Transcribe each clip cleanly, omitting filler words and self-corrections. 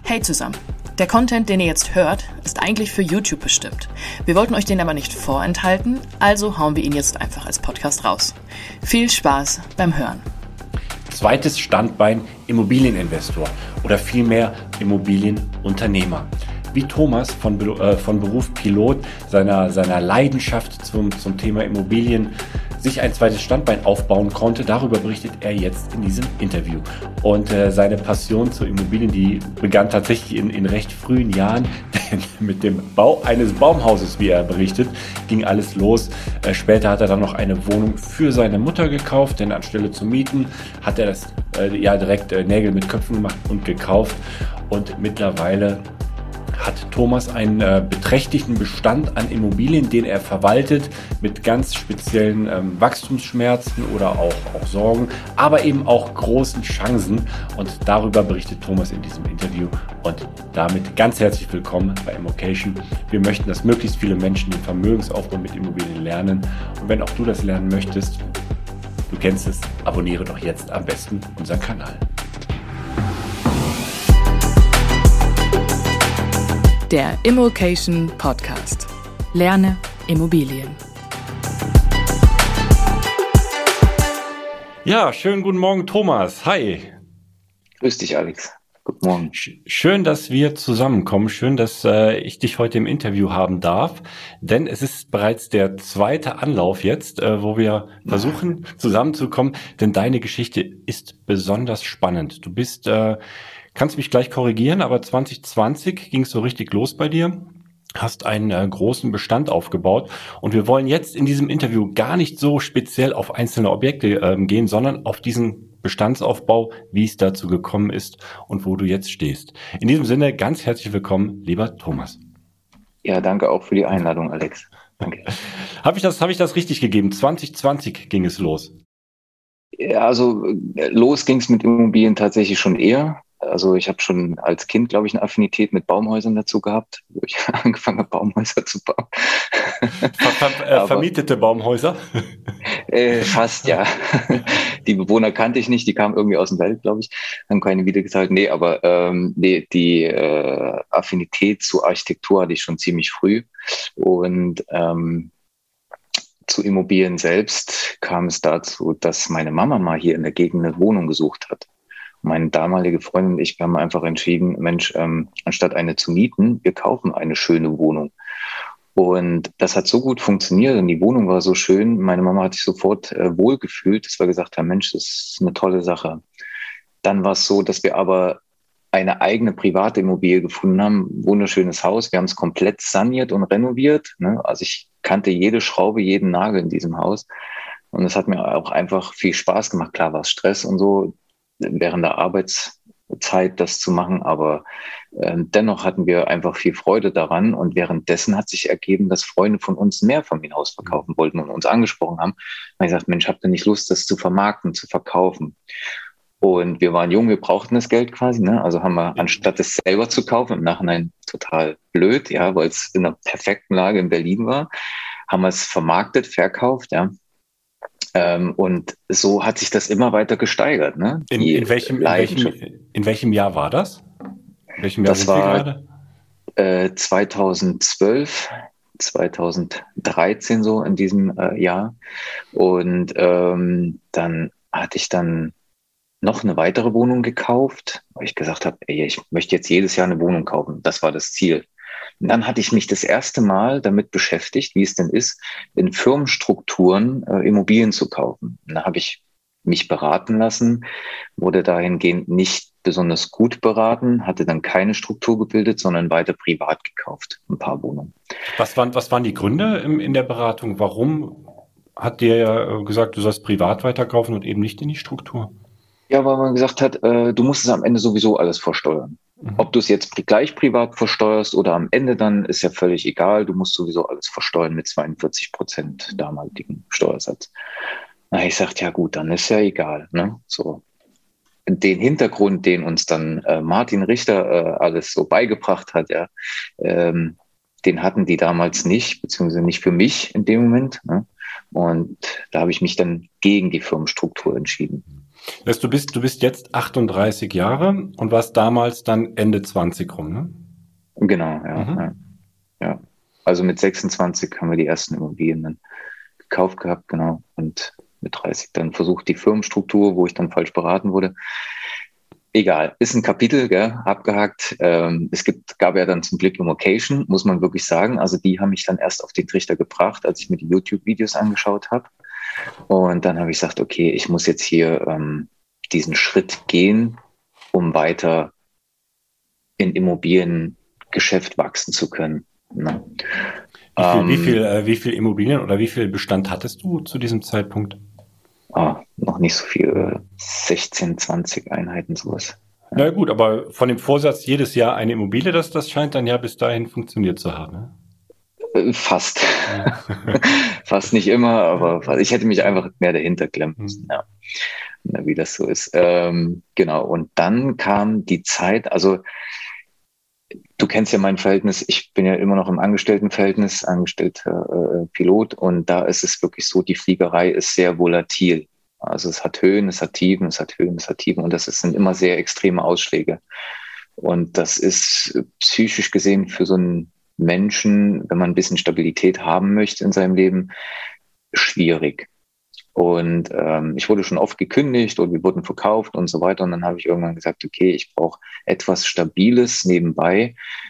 Hey zusammen! Der Content, den ihr jetzt hört, ist eigentlich für YouTube bestimmt. Wir wollten euch den aber nicht vorenthalten, also hauen wir ihn jetzt einfach als Podcast raus. Viel Spaß beim Hören. Zweites Standbein Immobilieninvestor oder vielmehr Immobilienunternehmer. Wie Thomas von Beruf Pilot seiner Leidenschaft zum Thema Immobilien sich ein zweites Standbein aufbauen konnte, darüber berichtet er jetzt in diesem Interview. Und seine Passion zu Immobilien, die begann tatsächlich in recht frühen Jahren, denn mit dem Bau eines Baumhauses, wie er berichtet, ging alles los. Später hat er dann noch eine Wohnung für seine Mutter gekauft, denn anstelle zu mieten, hat er das direkt Nägel mit Köpfen gemacht und gekauft. Und mittlerweile hat Thomas einen beträchtlichen Bestand an Immobilien, den er verwaltet, mit ganz speziellen Wachstumsschmerzen oder auch Sorgen, aber eben auch großen Chancen. Und darüber berichtet Thomas in diesem Interview. Und damit ganz herzlich willkommen bei Immocation. Wir möchten, dass möglichst viele Menschen den Vermögensaufbau mit Immobilien lernen. Und wenn auch du das lernen möchtest, du kennst es, abonniere doch jetzt am besten unseren Kanal. Der Immocation Podcast. Lerne Immobilien. Ja, schönen guten Morgen, Thomas. Hi. Grüß dich, Alex. Guten Morgen. Schön, dass wir zusammenkommen. Schön, dass ich dich heute im Interview haben darf. Denn es ist bereits der zweite Anlauf jetzt, wo wir versuchen zusammenzukommen. Denn deine Geschichte ist besonders spannend. Du bist... Kannst mich gleich korrigieren, aber 2020 ging es so richtig los bei dir, hast einen großen Bestand aufgebaut und wir wollen jetzt in diesem Interview gar nicht so speziell auf einzelne Objekte gehen, sondern auf diesen Bestandsaufbau, wie es dazu gekommen ist und wo du jetzt stehst. In diesem Sinne ganz herzlich willkommen, lieber Thomas. Ja, danke auch für die Einladung, Alex. Danke. Habe ich das richtig gegeben? 2020 ging es los. Ja, also los ging es mit Immobilien tatsächlich schon eher. Also ich habe schon als Kind, glaube ich, eine Affinität mit Baumhäusern dazu gehabt, wo ich angefangen habe, Baumhäuser zu bauen. Vermietete Baumhäuser? Fast, ja. Die Bewohner kannte ich nicht, die kamen irgendwie aus dem Wald, glaube ich, haben keine Miete gezahlt. Nee, aber die Affinität zu Architektur hatte ich schon ziemlich früh. Und zu Immobilien selbst kam es dazu, dass meine Mama mal hier in der Gegend eine Wohnung gesucht hat. Meine damalige Freundin und ich, wir haben einfach entschieden, Mensch, anstatt eine zu mieten, wir kaufen eine schöne Wohnung. Und das hat so gut funktioniert und die Wohnung war so schön. Meine Mama hat sich sofort wohlgefühlt, dass wir gesagt haben, Mensch, das ist eine tolle Sache. Dann war es so, dass wir aber eine eigene private Immobilie gefunden haben. Wunderschönes Haus. Wir haben es komplett saniert und renoviert. Ne? Also ich kannte jede Schraube, jeden Nagel in diesem Haus. Und es hat mir auch einfach viel Spaß gemacht. Klar war es Stress und so, während der Arbeitszeit das zu machen, aber dennoch hatten wir einfach viel Freude daran und währenddessen hat sich ergeben, dass Freunde von uns ein Mehrfamilienhaus verkaufen wollten und uns angesprochen haben. Da habe ich gesagt, Mensch, habt ihr nicht Lust, das zu vermarkten, zu verkaufen? Und wir waren jung, wir brauchten das Geld quasi, ne? Also haben wir, anstatt es selber zu kaufen, im Nachhinein total blöd, ja, weil es in einer perfekten Lage in Berlin war, haben wir es vermarktet, verkauft, ja. Und so hat sich das immer weiter gesteigert. Ne? In welchem Jahr war das? In welchem Jahr das war 2012, 2013 so in diesem Jahr. Und dann hatte ich dann noch eine weitere Wohnung gekauft, weil ich gesagt habe, ey, ich möchte jetzt jedes Jahr eine Wohnung kaufen. Das war das Ziel. Und dann hatte ich mich das erste Mal damit beschäftigt, wie es denn ist, in Firmenstrukturen Immobilien zu kaufen. Und da habe ich mich beraten lassen, wurde dahingehend nicht besonders gut beraten, hatte dann keine Struktur gebildet, sondern weiter privat gekauft, ein paar Wohnungen. Was waren die Gründe in der Beratung? Warum hat dir gesagt, du sollst privat weiterkaufen und eben nicht in die Struktur? Ja, weil man gesagt hat, du musst es am Ende sowieso alles versteuern. Ob du es jetzt gleich privat versteuerst oder am Ende dann, ist ja völlig egal. Du musst sowieso alles versteuern mit 42% damaligen Steuersatz. Na, ich sagte, ja gut, dann ist ja egal. Ne? So. Den Hintergrund, den uns dann Martin Richter alles so beigebracht hat, ja, den hatten die damals nicht, beziehungsweise nicht für mich in dem Moment. Ne? Und da habe ich mich dann gegen die Firmenstruktur entschieden. Das heißt, du bist jetzt 38 Jahre und warst damals dann Ende 20 rum, ne? Genau, ja. Ja. Also mit 26 haben wir die ersten Immobilien dann gekauft gehabt, genau. Und mit 30 dann versucht die Firmenstruktur, wo ich dann falsch beraten wurde. Egal, ist ein Kapitel, gell, abgehakt. Gab ja dann zum Glück Immocation, muss man wirklich sagen. Also die haben mich dann erst auf den Trichter gebracht, als ich mir die YouTube-Videos angeschaut habe. Und dann habe ich gesagt, okay, ich muss jetzt hier diesen Schritt gehen, um weiter in Immobiliengeschäft wachsen zu können. Ne? Wie viel Immobilien oder wie viel Bestand hattest du zu diesem Zeitpunkt? Noch nicht so viel, 16, 20 Einheiten, sowas. Ja. Na gut, aber von dem Vorsatz, jedes Jahr eine Immobilie, das scheint dann ja bis dahin funktioniert zu haben. Ne? Fast. Fast nicht immer, aber ich hätte mich einfach mehr dahinter klemmen müssen, ja. Wie das so ist. Genau, und dann kam die Zeit, also du kennst ja mein Verhältnis, ich bin ja immer noch im Angestelltenverhältnis, angestellter Pilot, und da ist es wirklich so, die Fliegerei ist sehr volatil. Also es hat Höhen, es hat Tiefen, es hat Höhen, es hat Tiefen, und sind immer sehr extreme Ausschläge. Und das ist psychisch gesehen für so einen Menschen, wenn man ein bisschen Stabilität haben möchte in seinem Leben, schwierig. Und ich wurde schon oft gekündigt und wir wurden verkauft und so weiter. Und dann habe ich irgendwann gesagt, okay, ich brauche etwas Stabiles nebenbei,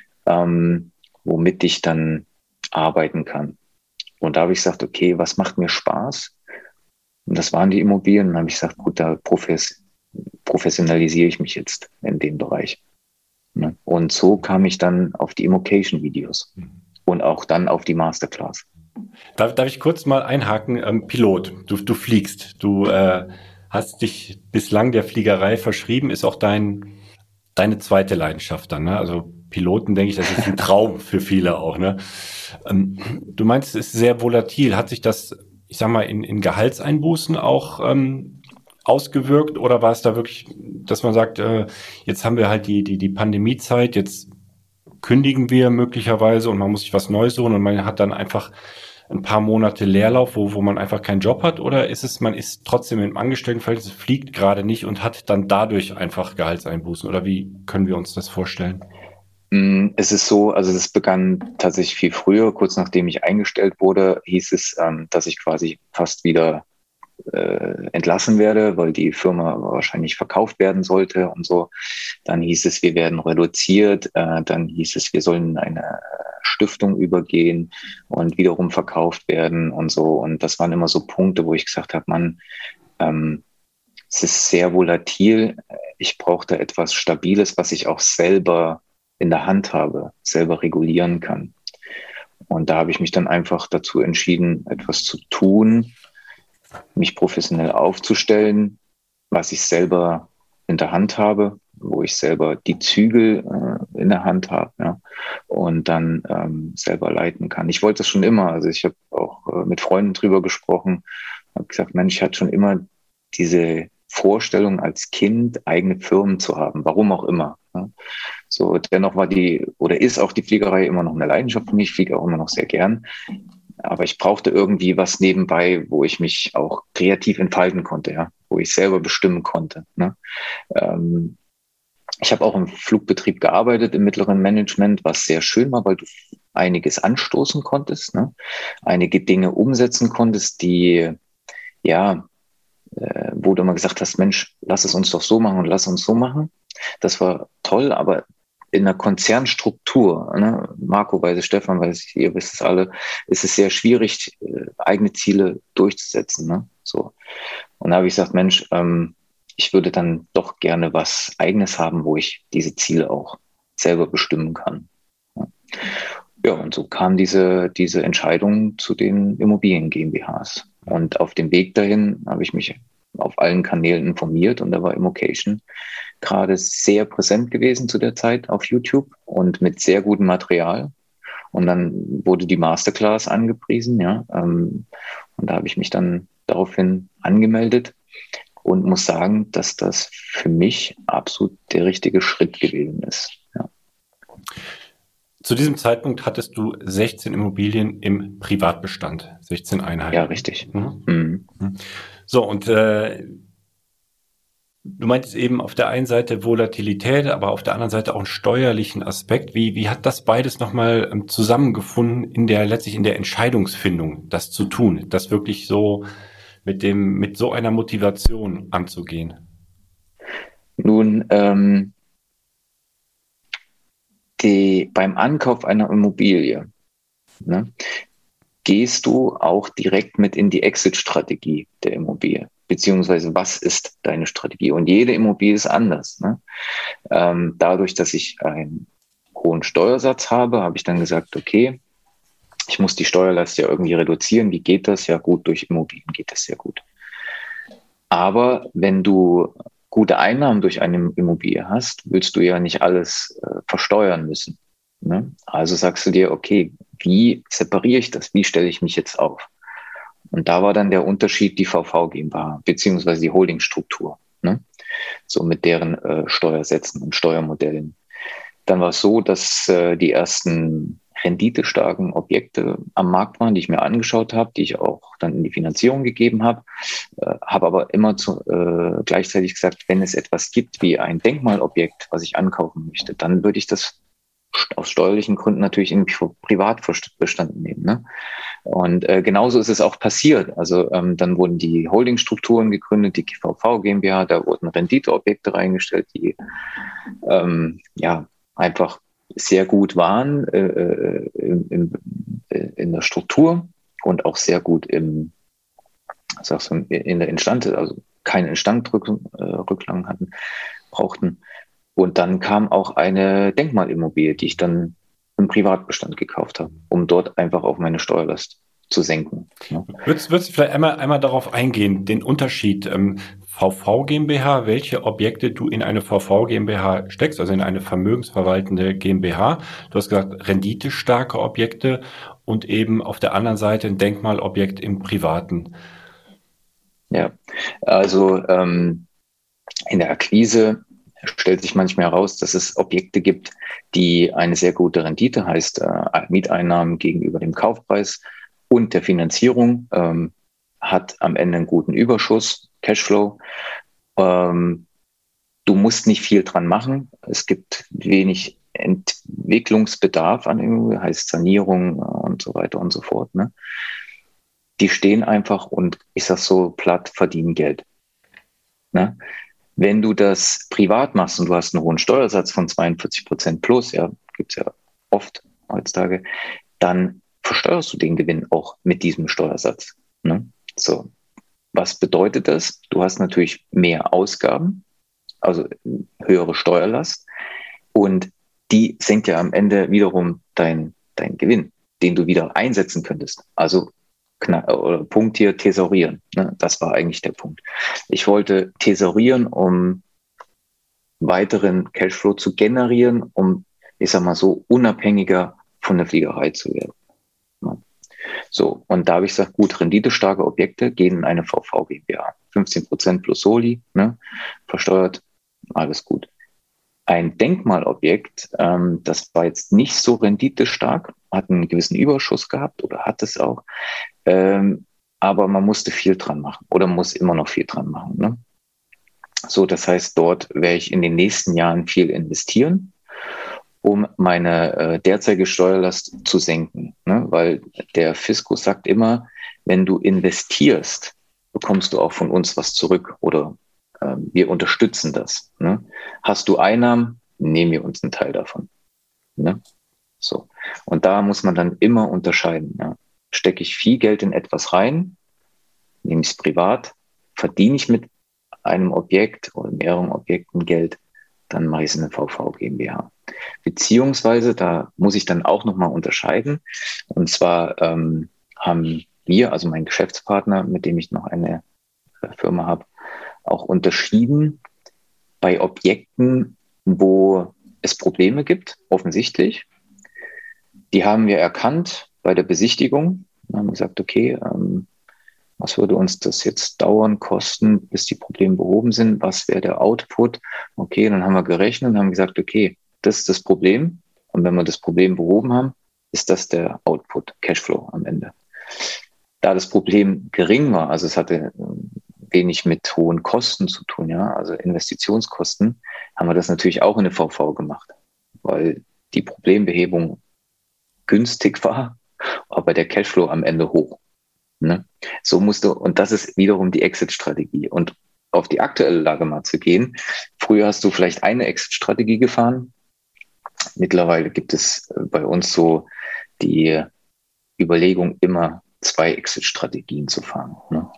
womit ich dann arbeiten kann. Und da habe ich gesagt, okay, was macht mir Spaß? Und das waren die Immobilien. Und dann habe ich gesagt, gut, da professionalisiere ich mich jetzt in dem Bereich. Und so kam ich dann auf die Immocation-Videos und auch dann auf die Masterclass. Darf ich kurz mal einhaken? Pilot, du fliegst. Du hast dich bislang der Fliegerei verschrieben, ist auch deine zweite Leidenschaft dann, ne? Also Piloten, denke ich, das ist ein Traum für viele auch, ne? Du meinst, es ist sehr volatil. Hat sich das, ich sag mal, in Gehaltseinbußen auch ausgewirkt, oder war es da wirklich, dass man sagt, jetzt haben wir halt die Pandemiezeit, jetzt kündigen wir möglicherweise und man muss sich was Neues suchen und man hat dann einfach ein paar Monate Leerlauf, wo man einfach keinen Job hat? Oder ist es, man ist trotzdem im Angestelltenverhältnis, fliegt gerade nicht und hat dann dadurch einfach Gehaltseinbußen? Oder wie können wir uns das vorstellen? Es ist so, also es begann tatsächlich viel früher. Kurz nachdem ich eingestellt wurde, hieß es, dass ich quasi fast wieder entlassen werde, weil die Firma wahrscheinlich verkauft werden sollte und so. Dann hieß es, wir werden reduziert. Dann hieß es, wir sollen in eine Stiftung übergehen und wiederum verkauft werden und so. Und das waren immer so Punkte, wo ich gesagt habe, Mann, es ist sehr volatil. Ich brauchte etwas Stabiles, was ich auch selber in der Hand habe, selber regulieren kann. Und da habe ich mich dann einfach dazu entschieden, etwas zu tun, mich professionell aufzustellen, was ich selber in der Hand habe, wo ich selber die Zügel in der Hand habe, ja, und dann selber leiten kann. Ich wollte das schon immer. Also ich habe auch mit Freunden drüber gesprochen, habe gesagt, Mensch, ich hatte schon immer diese Vorstellung als Kind, eigene Firmen zu haben, warum auch immer. Ja. So, dennoch ist auch die Fliegerei immer noch eine Leidenschaft für mich. Ich fliege auch immer noch sehr gern. Aber ich brauchte irgendwie was nebenbei, wo ich mich auch kreativ entfalten konnte, ja, wo ich selber bestimmen konnte. Ne? Ich habe auch im Flugbetrieb gearbeitet, im mittleren Management, was sehr schön war, weil du einiges anstoßen konntest, ne? Einige Dinge umsetzen konntest, die, ja, wo du immer gesagt hast, Mensch, lass es uns doch so machen und lass uns so machen. Das war toll, aber in der Konzernstruktur, ne? Marco weiß es, Stefan weiß es, ihr wisst es alle, ist es sehr schwierig, eigene Ziele durchzusetzen. Ne? So. Und da habe ich gesagt, Mensch, ich würde dann doch gerne was Eigenes haben, wo ich diese Ziele auch selber bestimmen kann. Ja, und so kam diese Entscheidung zu den Immobilien GmbHs. Und auf dem Weg dahin habe ich mich auf allen Kanälen informiert, und da war Immocation gerade sehr präsent gewesen zu der Zeit auf YouTube und mit sehr gutem Material. Und dann wurde die Masterclass angepriesen, ja. Und da habe ich mich dann daraufhin angemeldet und muss sagen, dass das für mich absolut der richtige Schritt gewesen ist. Ja. Zu diesem Zeitpunkt hattest du 16 Immobilien im Privatbestand, 16 Einheiten. Ja, richtig. Mhm. Mhm. So, und Du meintest eben auf der einen Seite Volatilität, aber auf der anderen Seite auch einen steuerlichen Aspekt. Wie hat das beides nochmal zusammengefunden letztlich in der Entscheidungsfindung, das zu tun, das wirklich so mit so einer Motivation anzugehen? Nun, beim Ankauf einer Immobilie, ne, gehst du auch direkt mit in die Exit-Strategie der Immobilie, beziehungsweise was ist deine Strategie? Und jede Immobilie ist anders. Ne? Dadurch, dass ich einen hohen Steuersatz habe, habe ich dann gesagt, okay, ich muss die Steuerlast ja irgendwie reduzieren. Wie geht das? Ja gut, durch Immobilien geht das sehr gut. Aber wenn du gute Einnahmen durch eine Immobilie hast, willst du ja nicht alles versteuern müssen. Ne? Also sagst du dir, okay, wie separiere ich das? Wie stelle ich mich jetzt auf? Und da war dann der Unterschied die VV GmbH, beziehungsweise die Holdingstruktur, ne? So mit deren Steuersätzen und Steuermodellen. Dann war es so, dass die ersten renditestarken Objekte am Markt waren, die ich mir angeschaut habe, die ich auch dann in die Finanzierung gegeben habe, habe aber immer gleichzeitig gesagt, wenn es etwas gibt wie ein Denkmalobjekt, was ich ankaufen möchte, dann würde ich das aus steuerlichen Gründen natürlich in Privatbestand nehmen. Ne? Und genauso ist es auch passiert. Also dann wurden die Holdingstrukturen gegründet, die VV GmbH, da wurden Renditeobjekte reingestellt, die ja einfach sehr gut waren in der Struktur und auch sehr gut in der also keine Instandrücklagen brauchten. Und dann kam auch eine Denkmalimmobilie, die ich dann im Privatbestand gekauft habe, um dort einfach auf meine Steuerlast zu senken. Ja. Würdest du vielleicht einmal darauf eingehen, den Unterschied VV GmbH, welche Objekte du in eine VV GmbH steckst, also in eine vermögensverwaltende GmbH? Du hast gesagt, renditestarke Objekte und eben auf der anderen Seite ein Denkmalobjekt im Privaten. Ja, also in der Akquise stellt sich manchmal heraus, dass es Objekte gibt, die eine sehr gute Rendite, heißt Mieteinnahmen gegenüber dem Kaufpreis und der Finanzierung, hat am Ende einen guten Überschuss, Cashflow. Du musst nicht viel dran machen. Es gibt wenig Entwicklungsbedarf an Immobilien, heißt Sanierung und so weiter und so fort. Ne? Die stehen einfach und ich sag so platt, verdienen Geld. Ne? Wenn du das privat machst und du hast einen hohen Steuersatz von 42% plus, ja, gibt's ja oft heutzutage, dann versteuerst du den Gewinn auch mit diesem Steuersatz. Ne? So, was bedeutet das? Du hast natürlich mehr Ausgaben, also höhere Steuerlast, und die senkt ja am Ende wiederum dein Gewinn, den du wieder einsetzen könntest. Also Punkt hier, thesaurieren. Ne? Das war eigentlich der Punkt. Ich wollte thesaurieren, um weiteren Cashflow zu generieren, um, ich sag mal so, unabhängiger von der Fliegerei zu werden. Ja. So, und da habe ich gesagt, gut, renditestarke Objekte gehen in eine VV GmbH. 15% plus Soli, ne? Versteuert, alles gut. Ein Denkmalobjekt, das war jetzt nicht so renditestark, hat einen gewissen Überschuss gehabt oder hat es auch, aber man musste viel dran machen oder muss immer noch viel dran machen. Ne? So, das heißt, dort werde ich in den nächsten Jahren viel investieren, um meine derzeitige Steuerlast zu senken. Ne? Weil der Fiskus sagt immer, wenn du investierst, bekommst du auch von uns was zurück oder wir unterstützen das. Ne? Hast du Einnahmen, nehmen wir uns einen Teil davon. Ne? So. Und da muss man dann immer unterscheiden. Ja? Stecke ich viel Geld in etwas rein, nehme ich es privat, verdiene ich mit einem Objekt oder mehreren Objekten Geld, dann mache ich es in eine VV GmbH. Beziehungsweise, da muss ich dann auch nochmal unterscheiden. Und zwar haben wir, also mein Geschäftspartner, mit dem ich noch eine Firma habe, auch unterschieden bei Objekten, wo es Probleme gibt, offensichtlich. Die haben wir erkannt bei der Besichtigung. Wir haben gesagt, okay, was würde uns das jetzt dauern, kosten, bis die Probleme behoben sind? Was wäre der Output? Okay, dann haben wir gerechnet und haben gesagt, okay, das ist das Problem. Und wenn wir das Problem behoben haben, ist das der Output, Cashflow am Ende. Da das Problem gering war, also es hatte wenig mit hohen Kosten zu tun, ja, also Investitionskosten, haben wir das natürlich auch in der VV gemacht, weil die Problembehebung günstig war, aber der Cashflow am Ende hoch. Ne? So und das ist wiederum die Exit-Strategie. Und auf die aktuelle Lage mal zu gehen. Früher hast du vielleicht eine Exit-Strategie gefahren. Mittlerweile gibt es bei uns so die Überlegung, immer 2 Exit-Strategien zu fahren. Ne?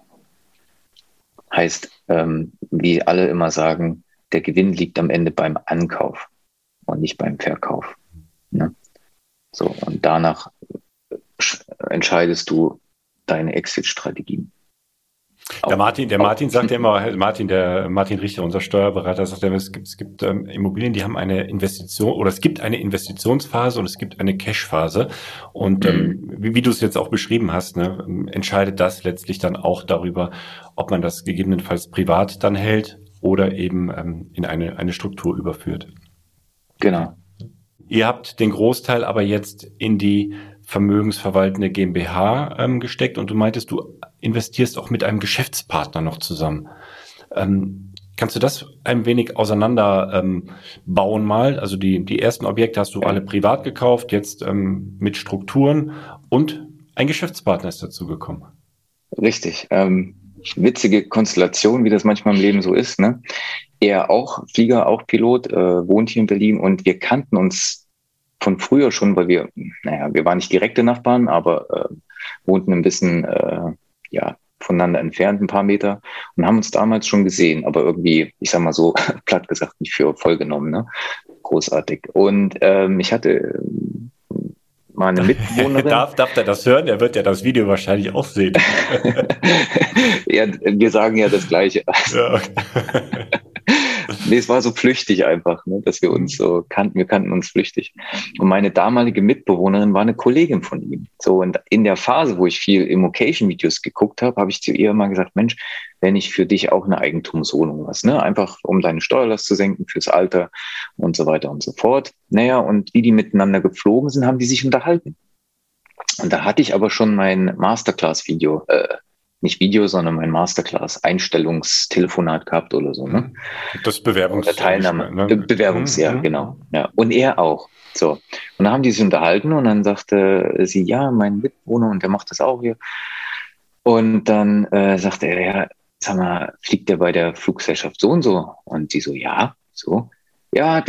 Heißt, wie alle immer sagen, der Gewinn liegt am Ende beim Ankauf und nicht beim Verkauf. Ne? So, und danach entscheidest du deine Exit-Strategien. Der Martin sagt ja immer, Martin Richter, unser Steuerberater, sagt ja, es gibt Immobilien, die haben eine Investition, oder es gibt eine Investitionsphase und es gibt eine Cash-Phase. Und wie du es jetzt auch beschrieben hast, ne, entscheidet das letztlich dann auch darüber, ob man das gegebenenfalls privat dann hält oder eben in eine Struktur überführt. Genau. Ihr habt den Großteil aber jetzt in die vermögensverwaltende GmbH gesteckt und du meintest, du investierst auch mit einem Geschäftspartner noch zusammen. Kannst du das ein wenig auseinander bauen mal? Also die ersten Objekte hast du alle privat gekauft, jetzt mit Strukturen und ein Geschäftspartner ist dazu gekommen. Richtig. Witzige Konstellation, wie das manchmal im Leben so ist. Ne? Er auch Flieger, auch Pilot, wohnt hier in Berlin und wir kannten uns von früher schon, weil wir waren nicht direkte Nachbarn, aber wohnten ein bisschen voneinander entfernt, ein paar Meter und haben uns damals schon gesehen, aber irgendwie, ich sag mal so platt gesagt, nicht für voll genommen, ne? Großartig. Und ich hatte mal eine Mitbewohnerin. Darf der das hören? Er wird ja das Video wahrscheinlich auch sehen. Ja, wir sagen ja das Gleiche. Ja, okay. Nee, es war so flüchtig einfach, ne, dass wir uns so kannten. Wir kannten uns flüchtig. Und meine damalige Mitbewohnerin war eine Kollegin von ihm. So, und in der Phase, wo ich viel Immocation-Videos geguckt habe ich zu ihr mal gesagt, Mensch, wenn ich für dich auch eine Eigentumswohnung was, ne, einfach um deine Steuerlast zu senken fürs Alter und so weiter und so fort. Naja, und wie die miteinander geflogen sind, haben die sich unterhalten. Und da hatte ich aber schon mein Masterclass-Video, nicht Video, sondern mein Masterclass-Einstellungstelefonat gehabt oder so. Ne? Das Teilnahme. Ne? Bewerbungsjahr, genau. Ja. Und er auch. So. Und dann haben die sich unterhalten und dann sagte sie, ja, mein Mitbewohner und der macht das auch hier. Und dann sagte er, ja, sag mal, fliegt der bei der Fluggesellschaft so und so? Und die so, ja, so. Ja,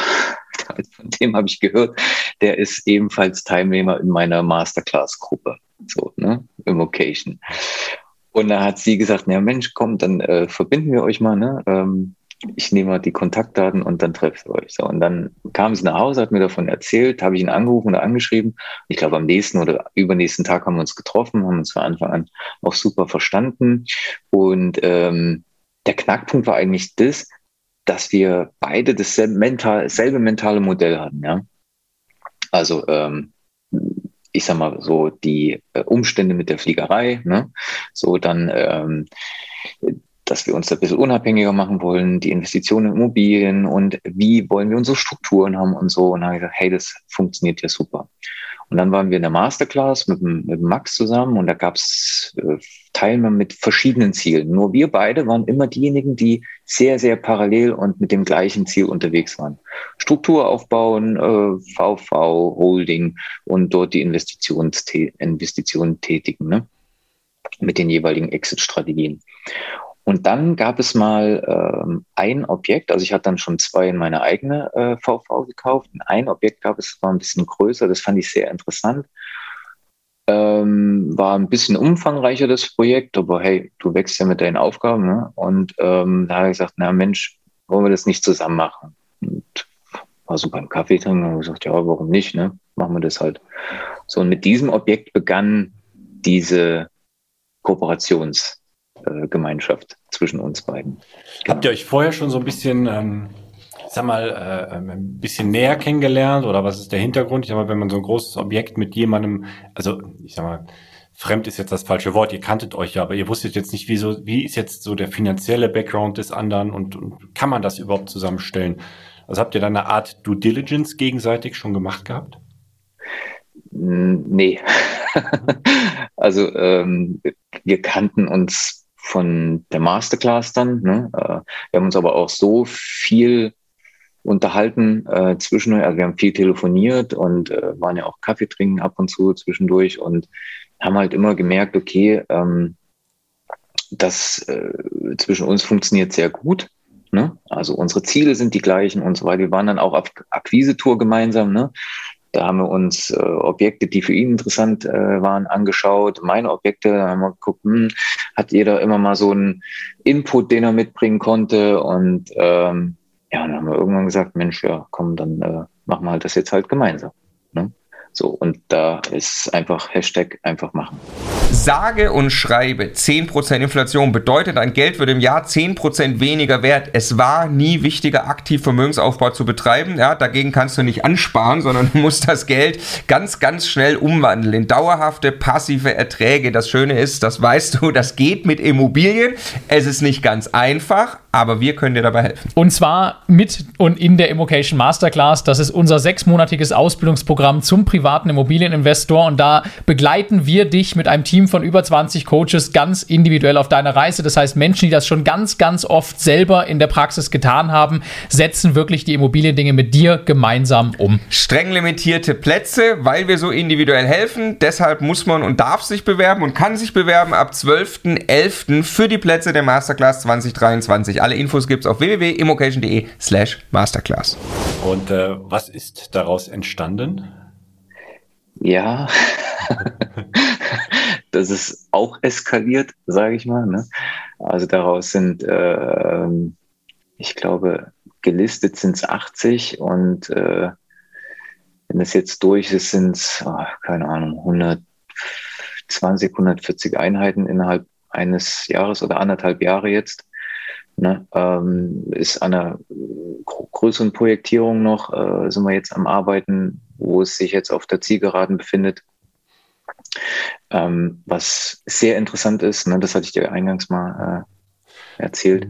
von dem habe ich gehört, der ist ebenfalls Teilnehmer in meiner Masterclass-Gruppe. So, ne? Immocation. Und da hat sie gesagt, na Mensch, komm, dann verbinden wir euch mal, ne? Ich nehme mal die Kontaktdaten und dann trefft ihr euch. So, und dann kam sie nach Hause, hat mir davon erzählt, habe ich ihn angerufen oder angeschrieben. Ich glaube, am nächsten oder übernächsten Tag haben wir uns getroffen, haben uns von Anfang an auch super verstanden. Und der Knackpunkt war eigentlich das, dass wir beide dasselbe mentale Modell hatten, ja. Also ich sag mal so die Umstände mit der Fliegerei, ne? So dann, dass wir uns da ein bisschen unabhängiger machen wollen, die Investitionen in Immobilien und wie wollen wir unsere Strukturen haben und so. Und dann habe ich gesagt, hey, das funktioniert ja super. Und dann waren wir in der Masterclass mit dem Max zusammen und da gab es Teilnehmer mit verschiedenen Zielen. Nur wir beide waren immer diejenigen, die sehr, sehr parallel und mit dem gleichen Ziel unterwegs waren. Struktur aufbauen, VV, Holding und dort die Investitionen tätigen, ne? Mit den jeweiligen Exit-Strategien. Und dann gab es mal ein Objekt, also ich hatte dann schon 2 in meine eigene VV gekauft. Ein Objekt gab es, war ein bisschen größer, das fand ich sehr interessant. War ein bisschen umfangreicher, das Projekt, aber hey, du wächst ja mit deinen Aufgaben. Ne? Und da habe ich gesagt, na Mensch, wollen wir das nicht zusammen machen? Und war so beim Kaffee trinken und gesagt, ja, warum nicht? Ne? Machen wir das halt. So, und mit diesem Objekt begann diese Kooperationsgemeinschaft zwischen uns beiden. Genau. Habt ihr euch vorher schon so ein bisschen, ein bisschen näher kennengelernt oder was ist der Hintergrund? Ich sag mal, wenn man so ein großes Objekt mit jemandem, also ich sag mal, fremd ist jetzt das falsche Wort, ihr kanntet euch ja, aber ihr wusstet jetzt nicht, wie ist jetzt so der finanzielle Background des anderen und kann man das überhaupt zusammenstellen? Also habt ihr da eine Art Due Diligence gegenseitig schon gemacht gehabt? Nee. Also wir kannten uns von der Masterclass dann. Ne? Wir haben uns aber auch so viel unterhalten zwischendurch. Also wir haben viel telefoniert und waren ja auch Kaffee trinken ab und zu zwischendurch und haben halt immer gemerkt, okay, das zwischen uns funktioniert sehr gut. Ne? Also unsere Ziele sind die gleichen und so weiter. Wir waren dann auch auf Akquise-Tour gemeinsam. Ne? Da haben wir uns Objekte, die für ihn interessant waren, angeschaut. Meine Objekte, da haben wir geguckt, hat jeder immer mal so einen Input, den er mitbringen konnte. Und dann haben wir irgendwann gesagt, Mensch, ja, komm, dann machen wir halt das jetzt halt gemeinsam. Ne? So, und da ist einfach Hashtag einfach machen. Sage und schreibe, 10% Inflation bedeutet, dein Geld wird im Jahr 10% weniger wert. Es war nie wichtiger, aktiv Vermögensaufbau zu betreiben. Ja, dagegen kannst du nicht ansparen, sondern du musst das Geld ganz, ganz schnell umwandeln in dauerhafte, passive Erträge. Das Schöne ist, das weißt du, das geht mit Immobilien. Es ist nicht ganz einfach, aber wir können dir dabei helfen. Und zwar mit und in der Immocation Masterclass. Das ist unser 6-monatiges Ausbildungsprogramm zum privaten Immobilieninvestor. Und da begleiten wir dich mit einem Team von über 20 Coaches ganz individuell auf deiner Reise. Das heißt, Menschen, die das schon ganz, ganz oft selber in der Praxis getan haben, setzen wirklich die Immobiliendinge mit dir gemeinsam um. Streng limitierte Plätze, weil wir so individuell helfen. Deshalb muss man und darf sich bewerben und kann sich bewerben ab 12.11. für die Plätze der Masterclass 2023. Alle Infos gibt's auf www.immocation.de/Masterclass. Und was ist daraus entstanden? Ja, das ist auch eskaliert, sage ich mal. Ne? Also daraus sind, ich glaube, gelistet sind es 80 und wenn es jetzt durch ist, sind es, keine Ahnung, 120, 140 Einheiten innerhalb eines Jahres oder 1,5 Jahre jetzt. Ne? Ist an einer größeren Projektierung noch, sind wir jetzt am Arbeiten, wo es sich jetzt auf der Zielgeraden befindet. Was sehr interessant ist, ne, das hatte ich dir eingangs mal erzählt.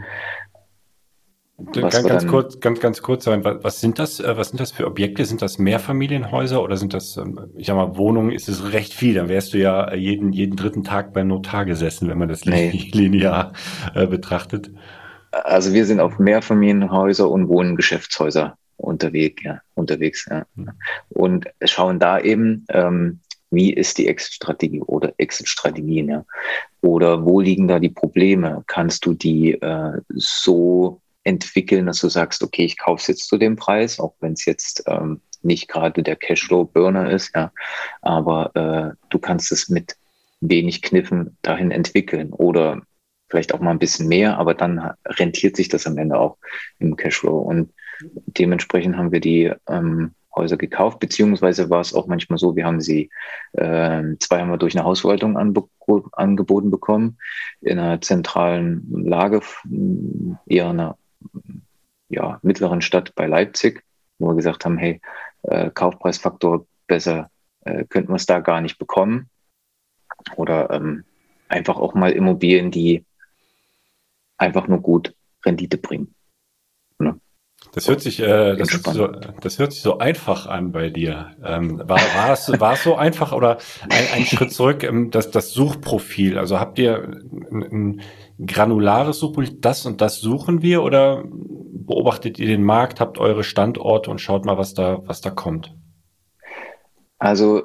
Ganz kurz, was sind das für Objekte? Sind das Mehrfamilienhäuser oder sind das, ich sag mal, Wohnungen? Ist es recht viel? Dann wärst du ja jeden dritten Tag beim Notar gesessen, wenn man das linear betrachtet. Also wir sind auf Mehrfamilienhäuser und Wohngeschäftshäuser unterwegs. Ja. Und schauen da eben, wie ist die Exit-Strategie oder Exit-Strategien, ja? Oder wo liegen da die Probleme? Kannst du die so entwickeln, dass du sagst, okay, ich kaufe es jetzt zu dem Preis, auch wenn es jetzt nicht gerade der Cashflow-Burner ist, ja, aber du kannst es mit wenig Kniffen dahin entwickeln oder vielleicht auch mal ein bisschen mehr, aber dann rentiert sich das am Ende auch im Cashflow und dementsprechend haben wir die Häuser gekauft, beziehungsweise war es auch manchmal so, wir haben sie, 2 haben wir durch eine Hausverwaltung angeboten bekommen, in einer zentralen Lage, eher einer mittleren Stadt bei Leipzig, wo wir gesagt haben, hey, Kaufpreisfaktor besser könnten wir es da gar nicht bekommen. Oder einfach auch mal Immobilien, die einfach nur gut Rendite bringen. Ne? Das hört sich so einfach an bei dir. War es so einfach oder ein Schritt zurück, das Suchprofil? Also habt ihr ein granulares Suchprofil, das und das suchen wir oder beobachtet ihr den Markt, habt eure Standorte und schaut mal, was da kommt? Also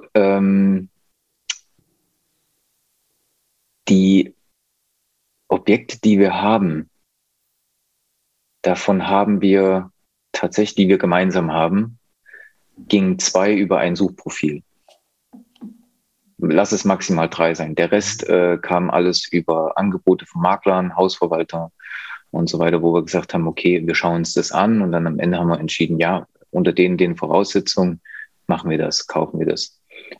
die Objekte, die wir haben, davon haben wir tatsächlich, die wir gemeinsam haben, gingen 2 über ein Suchprofil. Lass es maximal 3 sein. Der Rest kam alles über Angebote von Maklern, Hausverwalter und so weiter, wo wir gesagt haben, okay, wir schauen uns das an und dann am Ende haben wir entschieden, ja, unter den Voraussetzungen machen wir das, kaufen wir das.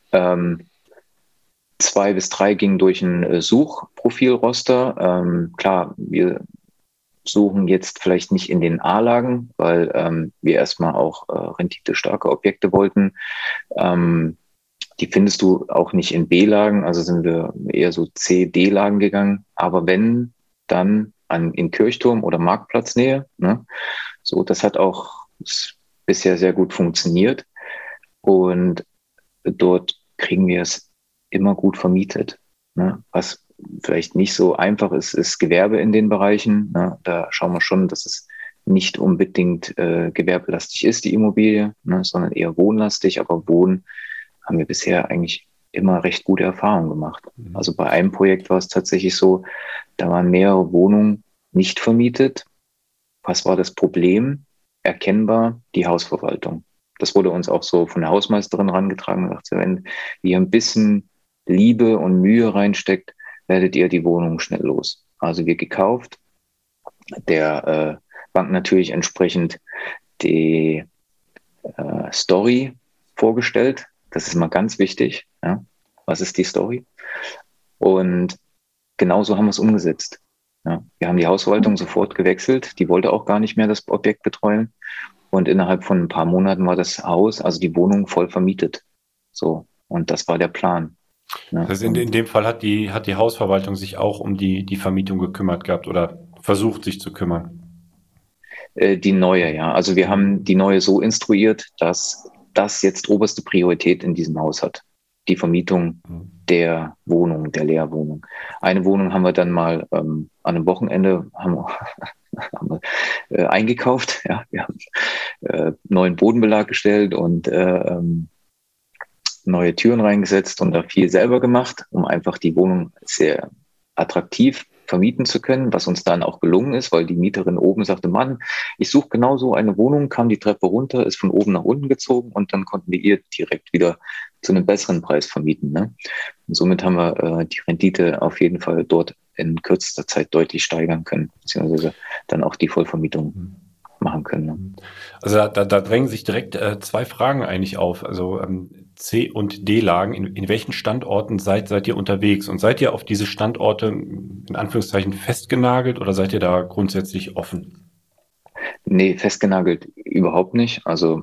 2 bis 3 gingen durch ein Suchprofilroster. Klar, wir suchen jetzt vielleicht nicht in den A-Lagen, weil wir erstmal auch renditestarke Objekte wollten. Die findest du auch nicht in B-Lagen, also sind wir eher so C-, D-Lagen gegangen. Aber wenn, dann in Kirchturm oder Marktplatznähe. Ne? So, das hat auch bisher sehr gut funktioniert. Und dort kriegen wir es immer gut vermietet. Ne? Was vielleicht nicht so einfach ist, ist Gewerbe in den Bereichen. Ne? Da schauen wir schon, dass es nicht unbedingt gewerbelastig ist, die Immobilie, ne? Sondern eher wohnlastig. Aber Wohnen haben wir bisher eigentlich immer recht gute Erfahrungen gemacht. Also bei einem Projekt war es tatsächlich so, da waren mehrere Wohnungen nicht vermietet. Was war das Problem? Erkennbar die Hausverwaltung. Das wurde uns auch so von der Hausmeisterin herangetragen. Dachte, wenn ihr ein bisschen Liebe und Mühe reinsteckt, werdet ihr die Wohnung schnell los. Also wir gekauft, der Bank natürlich entsprechend die Story vorgestellt. Das ist mal ganz wichtig. Ja? Was ist die Story? Und genauso haben wir es umgesetzt. Ja? Wir haben die Hausverwaltung sofort gewechselt. Die wollte auch gar nicht mehr das Objekt betreuen. Und innerhalb von ein paar Monaten war das Haus, also die Wohnung, voll vermietet. So. Und das war der Plan. Ja? Also in dem Fall hat die Hausverwaltung sich auch um die Vermietung gekümmert gehabt oder versucht, sich zu kümmern. Die neue, ja. Also wir haben die neue so instruiert, dass das jetzt oberste Priorität in diesem Haus hat. Die Vermietung der Wohnung, der Leerwohnung. Eine Wohnung haben wir dann mal an einem Wochenende haben wir eingekauft. Ja, wir haben neuen Bodenbelag gestellt und neue Türen reingesetzt und da viel selber gemacht, um einfach die Wohnung sehr attraktiv vermieten zu können, was uns dann auch gelungen ist, weil die Mieterin oben sagte, Mann, ich suche genau so eine Wohnung, kam die Treppe runter, ist von oben nach unten gezogen und dann konnten wir ihr direkt wieder zu einem besseren Preis vermieten. Ne? Und somit haben wir die Rendite auf jeden Fall dort in kürzester Zeit deutlich steigern können, beziehungsweise dann auch die Vollvermietung machen können. Ne? Also da drängen sich direkt zwei Fragen eigentlich auf. Also C- und D-Lagen, in welchen Standorten seid ihr unterwegs? Und seid ihr auf diese Standorte in Anführungszeichen festgenagelt oder seid ihr da grundsätzlich offen? Nee, festgenagelt überhaupt nicht. Also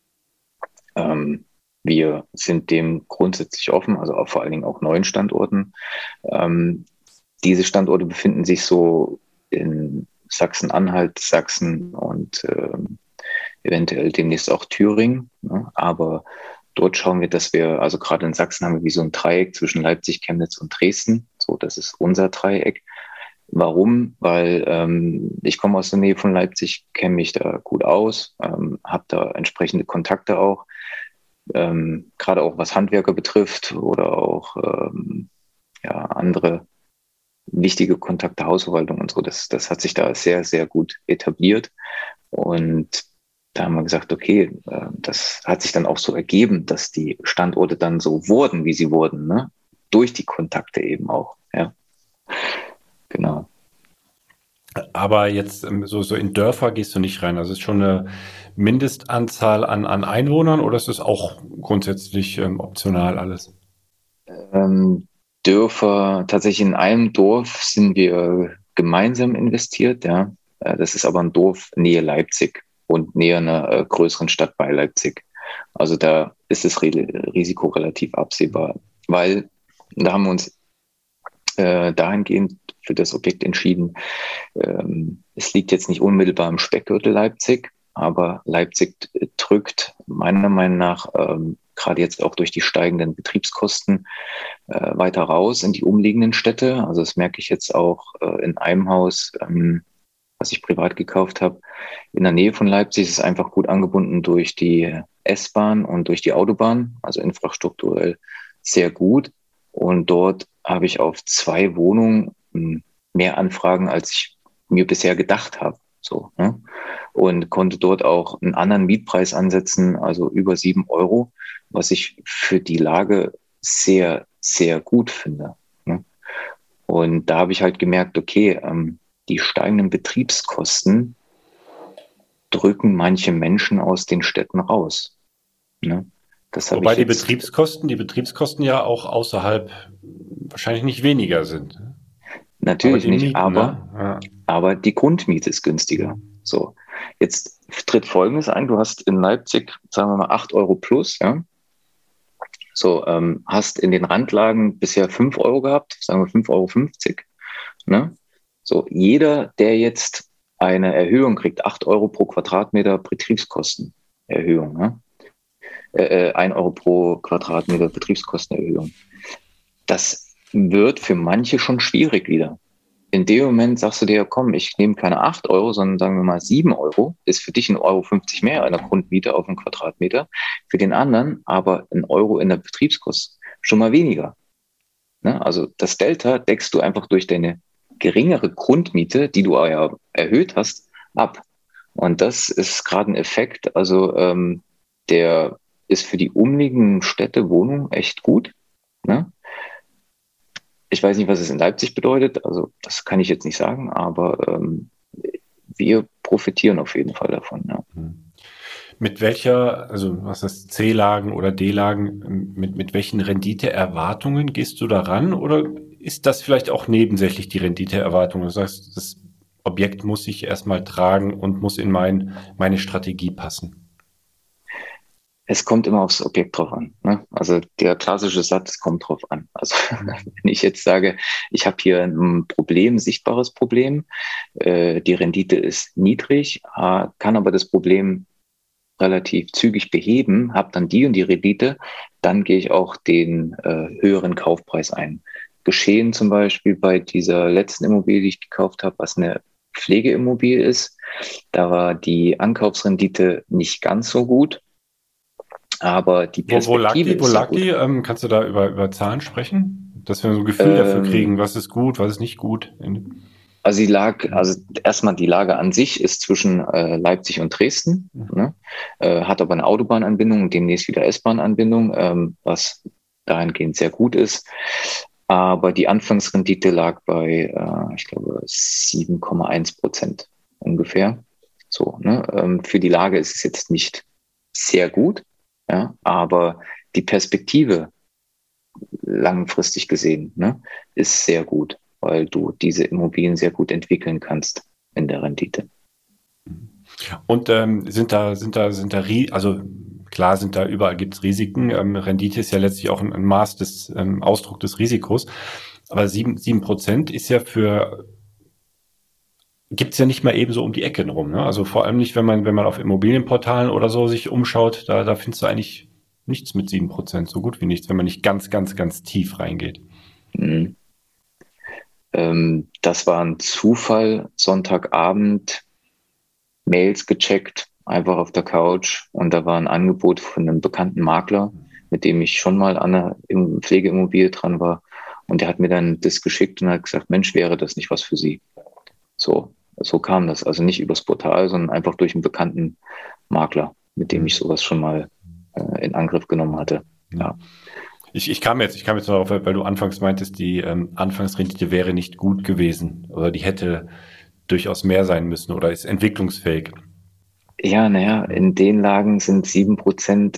wir sind dem grundsätzlich offen, also auch vor allen Dingen auch neuen Standorten. Diese Standorte befinden sich so in Sachsen-Anhalt, Sachsen und eventuell demnächst auch Thüringen. Ne? Aber dort schauen wir, dass wir, also gerade in Sachsen haben wir wie so ein Dreieck zwischen Leipzig, Chemnitz und Dresden. So, das ist unser Dreieck. Warum? Weil ich komme aus der Nähe von Leipzig, kenne mich da gut aus, habe da entsprechende Kontakte auch. Gerade auch was Handwerker betrifft oder auch andere wichtige Kontakte, Hausverwaltung und so. Das hat sich da sehr, sehr gut etabliert. Und da haben wir gesagt, okay, das hat sich dann auch so ergeben, dass die Standorte dann so wurden, wie sie wurden, ne? Durch die Kontakte eben auch. Ja, genau. Aber jetzt so in Dörfer gehst du nicht rein. Also ist schon eine Mindestanzahl an Einwohnern oder ist es auch grundsätzlich optional alles? Dörfer, tatsächlich in einem Dorf sind wir gemeinsam investiert, ja. Das ist aber ein Dorf nähe Leipzig und näher einer größeren Stadt bei Leipzig. Also da ist das Risiko relativ absehbar, weil da haben wir uns dahingehend für das Objekt entschieden. Es liegt jetzt nicht unmittelbar im Speckgürtel Leipzig, aber Leipzig drückt meiner Meinung nach gerade jetzt auch durch die steigenden Betriebskosten weiter raus in die umliegenden Städte. Also das merke ich jetzt auch in einem Haus, was ich privat gekauft habe. In der Nähe von Leipzig ist es einfach gut angebunden durch die S-Bahn und durch die Autobahn, also infrastrukturell sehr gut. Und dort habe ich auf 2 Wohnungen mehr Anfragen, als ich mir bisher gedacht habe. So, ne? Und konnte dort auch einen anderen Mietpreis ansetzen, also über 7 Euro, was ich für die Lage sehr, sehr gut finde. Ne? Und da habe ich halt gemerkt, okay, die steigenden Betriebskosten drücken manche Menschen aus den Städten raus. Ne? Wobei die Betriebskosten ja auch außerhalb wahrscheinlich nicht weniger sind. Natürlich nicht, Mieten, aber, ne? Ja. aber die Grundmiete ist günstiger. So, jetzt tritt Folgendes ein. Du hast in Leipzig, sagen wir mal, 8 Euro plus, ja. So, hast in den Randlagen bisher 5 Euro gehabt, sagen wir 5,50 Euro. Ne? So, jeder, der jetzt eine Erhöhung kriegt, 8 Euro pro Quadratmeter Betriebskostenerhöhung, ne? 1 Euro pro Quadratmeter Betriebskostenerhöhung. Das wird für manche schon schwierig wieder. In dem Moment sagst du dir, komm, ich nehme keine 8 Euro, sondern sagen wir mal 7 Euro, ist für dich 1,50 € mehr einer Grundmiete auf einen Quadratmeter, für den anderen aber 1 Euro in der Betriebskosten schon mal weniger. Ne? Also das Delta deckst du einfach durch deine geringere Grundmiete, die du ja erhöht hast, ab. Und das ist gerade ein Effekt, also der ist für die umliegenden Städte, Wohnungen echt gut. Ne? Ich weiß nicht, was es in Leipzig bedeutet, also das kann ich jetzt nicht sagen, aber wir profitieren auf jeden Fall davon. Ja. Mit welcher, also was ist C-Lagen oder D-Lagen, mit welchen Renditeerwartungen gehst du da ran? Oder ist das vielleicht auch nebensächlich die Renditeerwartung? Du sagst, das Objekt muss sich erstmal tragen und muss in meine Strategie passen. Es kommt immer aufs Objekt drauf an. Ne? Also der klassische Satz kommt drauf an. Also wenn ich jetzt sage, ich habe hier ein Problem, sichtbares Problem, die Rendite ist niedrig, kann aber das Problem relativ zügig beheben, habe dann die und die Rendite, dann gehe ich auch den höheren Kaufpreis ein. Geschehen zum Beispiel bei dieser letzten Immobilie, die ich gekauft habe, was eine Pflegeimmobilie ist. Da war die Ankaufsrendite nicht ganz so gut. Aber die Perspektive Wo lag die? Kannst du da über Zahlen sprechen? Dass wir so ein Gefühl dafür kriegen, was ist gut, was ist nicht gut? Also erstmal die Lage an sich ist zwischen Leipzig und Dresden, ne? Hat aber eine Autobahnanbindung und demnächst wieder S-Bahn-Anbindung, was dahingehend sehr gut ist. Aber die Anfangsrendite lag bei, ich glaube, 7,1% ungefähr. So, ne? Für die Lage ist es jetzt nicht sehr gut. Ja, aber die Perspektive langfristig gesehen, ne, ist sehr gut, weil du diese Immobilien sehr gut entwickeln kannst in der Rendite. Und also klar sind da überall gibt's Risiken. Rendite ist ja letztlich auch ein Maß des Ausdruck des Risikos. Aber 7% ist ja gibt's ja nicht mal eben so um die Ecke rum, ne? Also vor allem nicht, wenn man auf Immobilienportalen oder so sich umschaut, da findest du eigentlich nichts mit 7%, so gut wie nichts, wenn man nicht ganz, ganz, ganz tief reingeht. Mhm. Das war ein Zufall, Sonntagabend, Mails gecheckt, einfach auf der Couch und da war ein Angebot von einem bekannten Makler, mit dem ich schon mal an einer Pflegeimmobilie dran war und der hat mir dann das geschickt und hat gesagt, Mensch, wäre das nicht was für Sie? So kam das. Also nicht übers Portal, sondern einfach durch einen bekannten Makler, mit dem ich sowas schon mal in Angriff genommen hatte. Ja. Ich kam jetzt darauf, weil du anfangs meintest, die Anfangsrendite wäre nicht gut gewesen oder die hätte durchaus mehr sein müssen oder ist entwicklungsfähig. Ja, in den Lagen sind 7%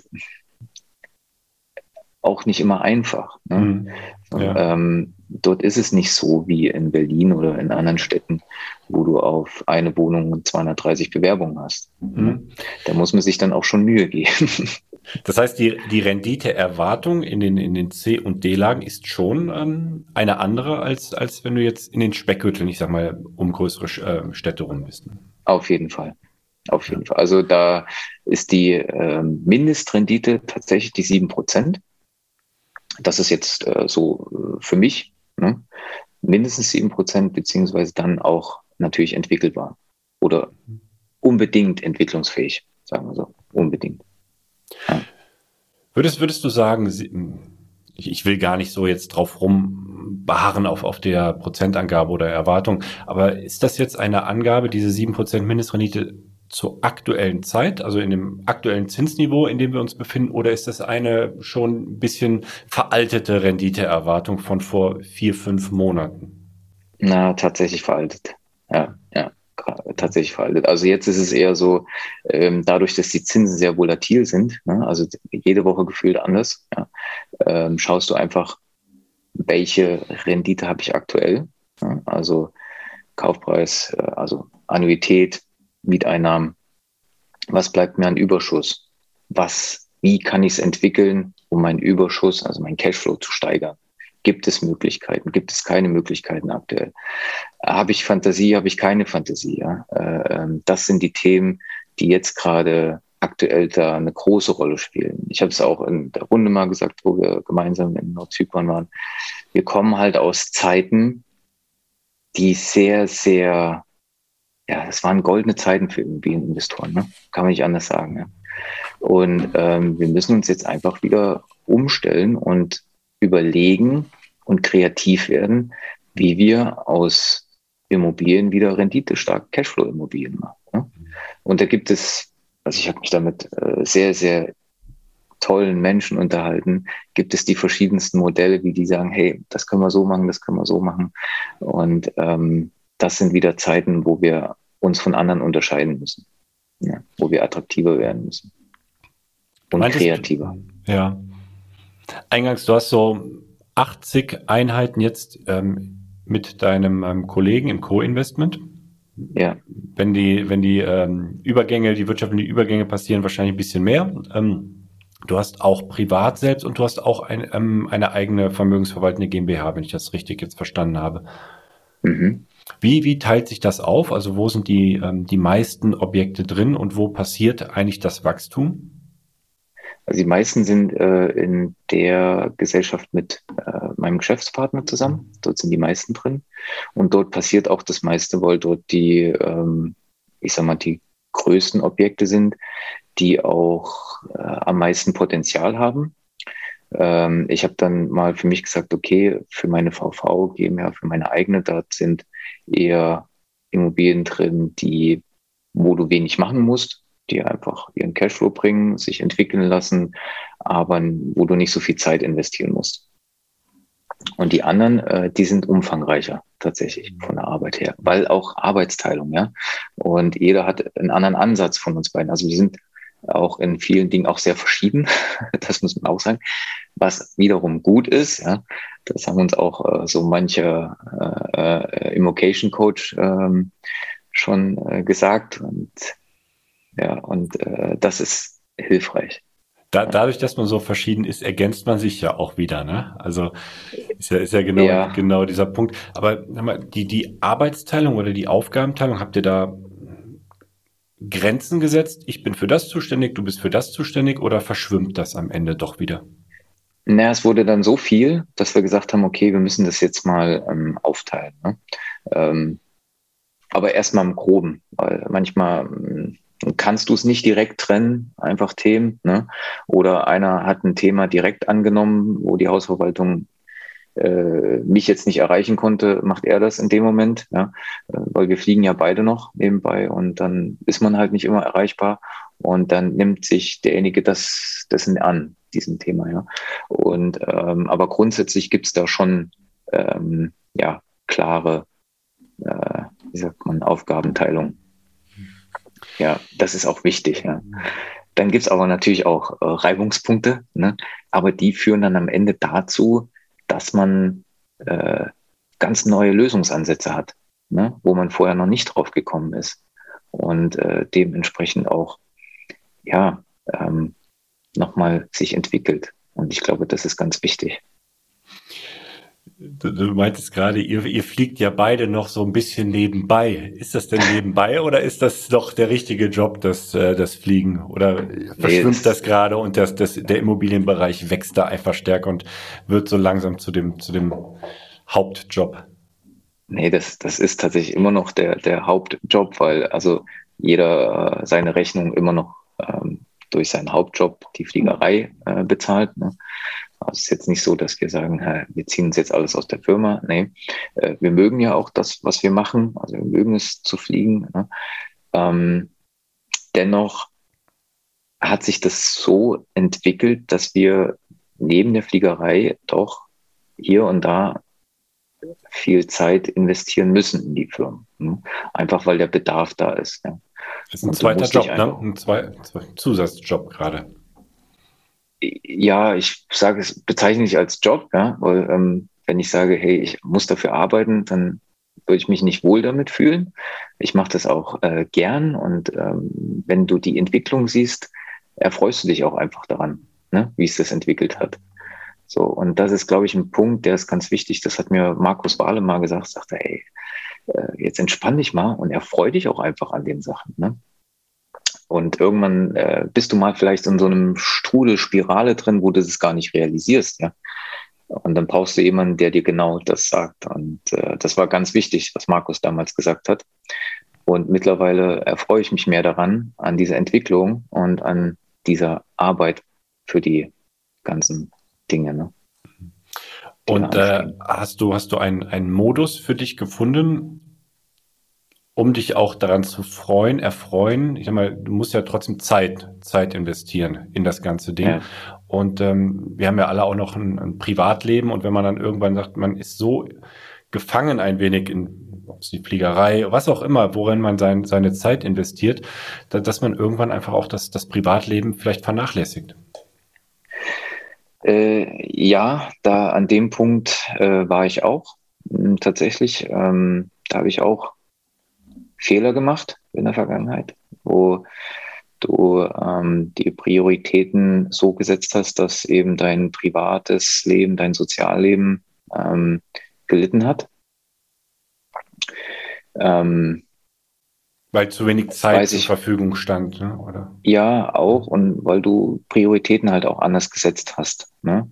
auch nicht immer einfach. Ne? Ja. Dort ist es nicht so wie in Berlin oder in anderen Städten, wo du auf eine Wohnung 230 Bewerbungen hast. Mhm. Da muss man sich dann auch schon Mühe geben. Das heißt, die Renditeerwartung in den C- und D-Lagen ist schon eine andere, als wenn du jetzt in den Speckgürteln, ich sag mal, um größere Städte rum bist. Auf jeden Fall. Auf jeden Fall. Also da ist die Mindestrendite tatsächlich die 7%. Das ist jetzt so für mich, ne? Mindestens 7%, beziehungsweise dann auch natürlich entwickelbar oder unbedingt entwicklungsfähig, sagen wir so, unbedingt. Ja. Würdest du sagen, ich will gar nicht so jetzt drauf rumbeharren auf der Prozentangabe oder Erwartung, aber ist das jetzt eine Angabe, diese 7% Mindestrendite zur aktuellen Zeit, also in dem aktuellen Zinsniveau, in dem wir uns befinden, oder ist das eine schon ein bisschen veraltete Renditeerwartung von vor 4-5 Monaten? Na, tatsächlich veraltet. Ja, tatsächlich veraltet. Also jetzt ist es eher so, dadurch, dass die Zinsen sehr volatil sind, ne, also jede Woche gefühlt anders, ja, schaust du einfach, welche Rendite habe ich aktuell, ja, also Kaufpreis, also Annuität, Mieteinnahmen, was bleibt mir an Überschuss? Wie kann ich es entwickeln, um meinen Überschuss, also meinen Cashflow zu steigern? Gibt es Möglichkeiten? Gibt es keine Möglichkeiten aktuell? Habe ich Fantasie? Habe ich keine Fantasie? Ja? Das sind die Themen, die jetzt gerade aktuell da eine große Rolle spielen. Ich habe es auch in der Runde mal gesagt, wo wir gemeinsam in Nordzypern waren. Wir kommen halt aus Zeiten, die sehr, sehr, ja, es waren goldene Zeiten für Immobilieninvestoren, ne? Kann man nicht anders sagen. Ja. Und wir müssen uns jetzt einfach wieder umstellen und überlegen und kreativ werden, wie wir aus Immobilien wieder renditestark Cashflow-Immobilien machen. Ne? Und da gibt es, also ich habe mich da mit sehr, sehr tollen Menschen unterhalten, gibt es die verschiedensten Modelle, wie die sagen, hey, das können wir so machen, das können wir so machen. Und das sind wieder Zeiten, wo wir uns von anderen unterscheiden müssen, ja, wo wir attraktiver werden müssen und kreativer. Ja. Eingangs, du hast so 80 Einheiten jetzt mit deinem Kollegen im Co-Investment. Ja. Wenn die Übergänge, die wirtschaftlichen Übergänge passieren, wahrscheinlich ein bisschen mehr. Du hast auch privat selbst und du hast auch eine eigene vermögensverwaltende GmbH, wenn ich das richtig jetzt verstanden habe. Mhm. Wie teilt sich das auf? Also wo sind die meisten Objekte drin und wo passiert eigentlich das Wachstum? Also die meisten sind in der Gesellschaft mit meinem Geschäftspartner zusammen. Dort sind die meisten drin. Und dort passiert auch das meiste, weil dort die, ich sag mal, die größten Objekte sind, die auch am meisten Potenzial haben. Ich habe dann mal für mich gesagt, okay, für meine VV GmbH, für meine eigene, dort sind eher Immobilien drin, wo du wenig machen musst, die einfach ihren Cashflow bringen, sich entwickeln lassen, aber wo du nicht so viel Zeit investieren musst. Und die anderen, die sind umfangreicher tatsächlich von der Arbeit her, weil auch Arbeitsteilung, ja. Und jeder hat einen anderen Ansatz von uns beiden. Also wir sind auch in vielen Dingen auch sehr verschieden, das muss man auch sagen, was wiederum gut ist, ja. Das haben uns auch so mancher Immocation Coach schon gesagt und ja, und das ist hilfreich. Dadurch, dass man so verschieden ist, ergänzt man sich ja auch wieder, ne? Also ist ja genau dieser Punkt. Aber die Arbeitsteilung oder die Aufgabenteilung, habt ihr da Grenzen gesetzt? Ich bin für das zuständig, du bist für das zuständig, oder verschwimmt das am Ende doch wieder? Naja, es wurde dann so viel, dass wir gesagt haben, okay, wir müssen das jetzt mal aufteilen. Ne? Aber erstmal im Groben, weil manchmal kannst du es nicht direkt trennen, einfach Themen, ne? Oder einer hat ein Thema direkt angenommen, wo die Hausverwaltung mich jetzt nicht erreichen konnte, macht er das in dem Moment, ja? Weil wir fliegen ja beide noch nebenbei und dann ist man halt nicht immer erreichbar und dann nimmt sich derjenige dessen an, diesem Thema, ja. Und aber grundsätzlich gibt es da schon ja, klare, wie sagt man, Aufgabenteilung. Ja, das ist auch wichtig, ja. Dann gibt's aber natürlich auch Reibungspunkte, ne? Aber die führen dann am Ende dazu, dass man ganz neue Lösungsansätze hat, ne? Wo man vorher noch nicht drauf gekommen ist. Und dementsprechend auch, ja, nochmal sich entwickelt. Und ich glaube, das ist ganz wichtig. Du meintest gerade, ihr fliegt ja beide noch so ein bisschen nebenbei. Ist das denn nebenbei oder ist das doch der richtige Job, das Fliegen? Oder verschwimmt das gerade und der Immobilienbereich wächst da einfach stärker und wird so langsam zu dem Hauptjob? Nee, das ist tatsächlich immer noch der Hauptjob, weil also jeder seine Rechnung immer noch durch seinen Hauptjob, die Fliegerei, bezahlt. Ne? Also es ist jetzt nicht so, dass wir sagen, wir ziehen uns jetzt alles aus der Firma. Nee, wir mögen ja auch das, was wir machen. Also wir mögen es zu fliegen. Ne? Dennoch hat sich das so entwickelt, dass wir neben der Fliegerei doch hier und da viel Zeit investieren müssen in die Firmen. Ne? Einfach weil der Bedarf da ist. Ja. Das ist ein zweiter Job, ne? Ein Zusatzjob gerade. Ja, ich sage es, bezeichne ich als Job, ja, weil wenn ich sage, hey, ich muss dafür arbeiten, dann würde ich mich nicht wohl damit fühlen. Ich mache das auch gern und wenn du die Entwicklung siehst, erfreust du dich auch einfach daran, ne, wie es das entwickelt hat. So, und das ist, glaube ich, ein Punkt, der ist ganz wichtig. Das hat mir Markus Wahle mal gesagt, sagte, hey, jetzt entspann dich mal und erfreu dich auch einfach an den Sachen. Ne? Und irgendwann bist du mal vielleicht in so einem Strudel-Spirale drin, wo du das gar nicht realisierst, ja. Und dann brauchst du jemanden, der dir genau das sagt. Und das war ganz wichtig, was Markus damals gesagt hat. Und mittlerweile erfreue ich mich mehr daran, an dieser Entwicklung und an dieser Arbeit für die ganzen Dinge. Ne? Und hast du einen Modus für dich gefunden, um dich auch daran zu erfreuen? Ich sag mal, du musst ja trotzdem Zeit investieren in das ganze Ding. Ja. Und wir haben ja alle auch noch ein Privatleben. Und wenn man dann irgendwann sagt, man ist so gefangen ein wenig in die Fliegerei, was auch immer, worin man seine Zeit investiert, dass man irgendwann einfach auch das Privatleben vielleicht vernachlässigt. Ja, da an dem Punkt war ich auch tatsächlich. Da habe ich auch Fehler gemacht in der Vergangenheit, wo du die Prioritäten so gesetzt hast, dass eben dein privates Leben, dein Sozialleben gelitten hat. Weil zu wenig Zeit zur Verfügung stand, ne? Oder? Ja, auch. Und weil du Prioritäten halt auch anders gesetzt hast. Ne?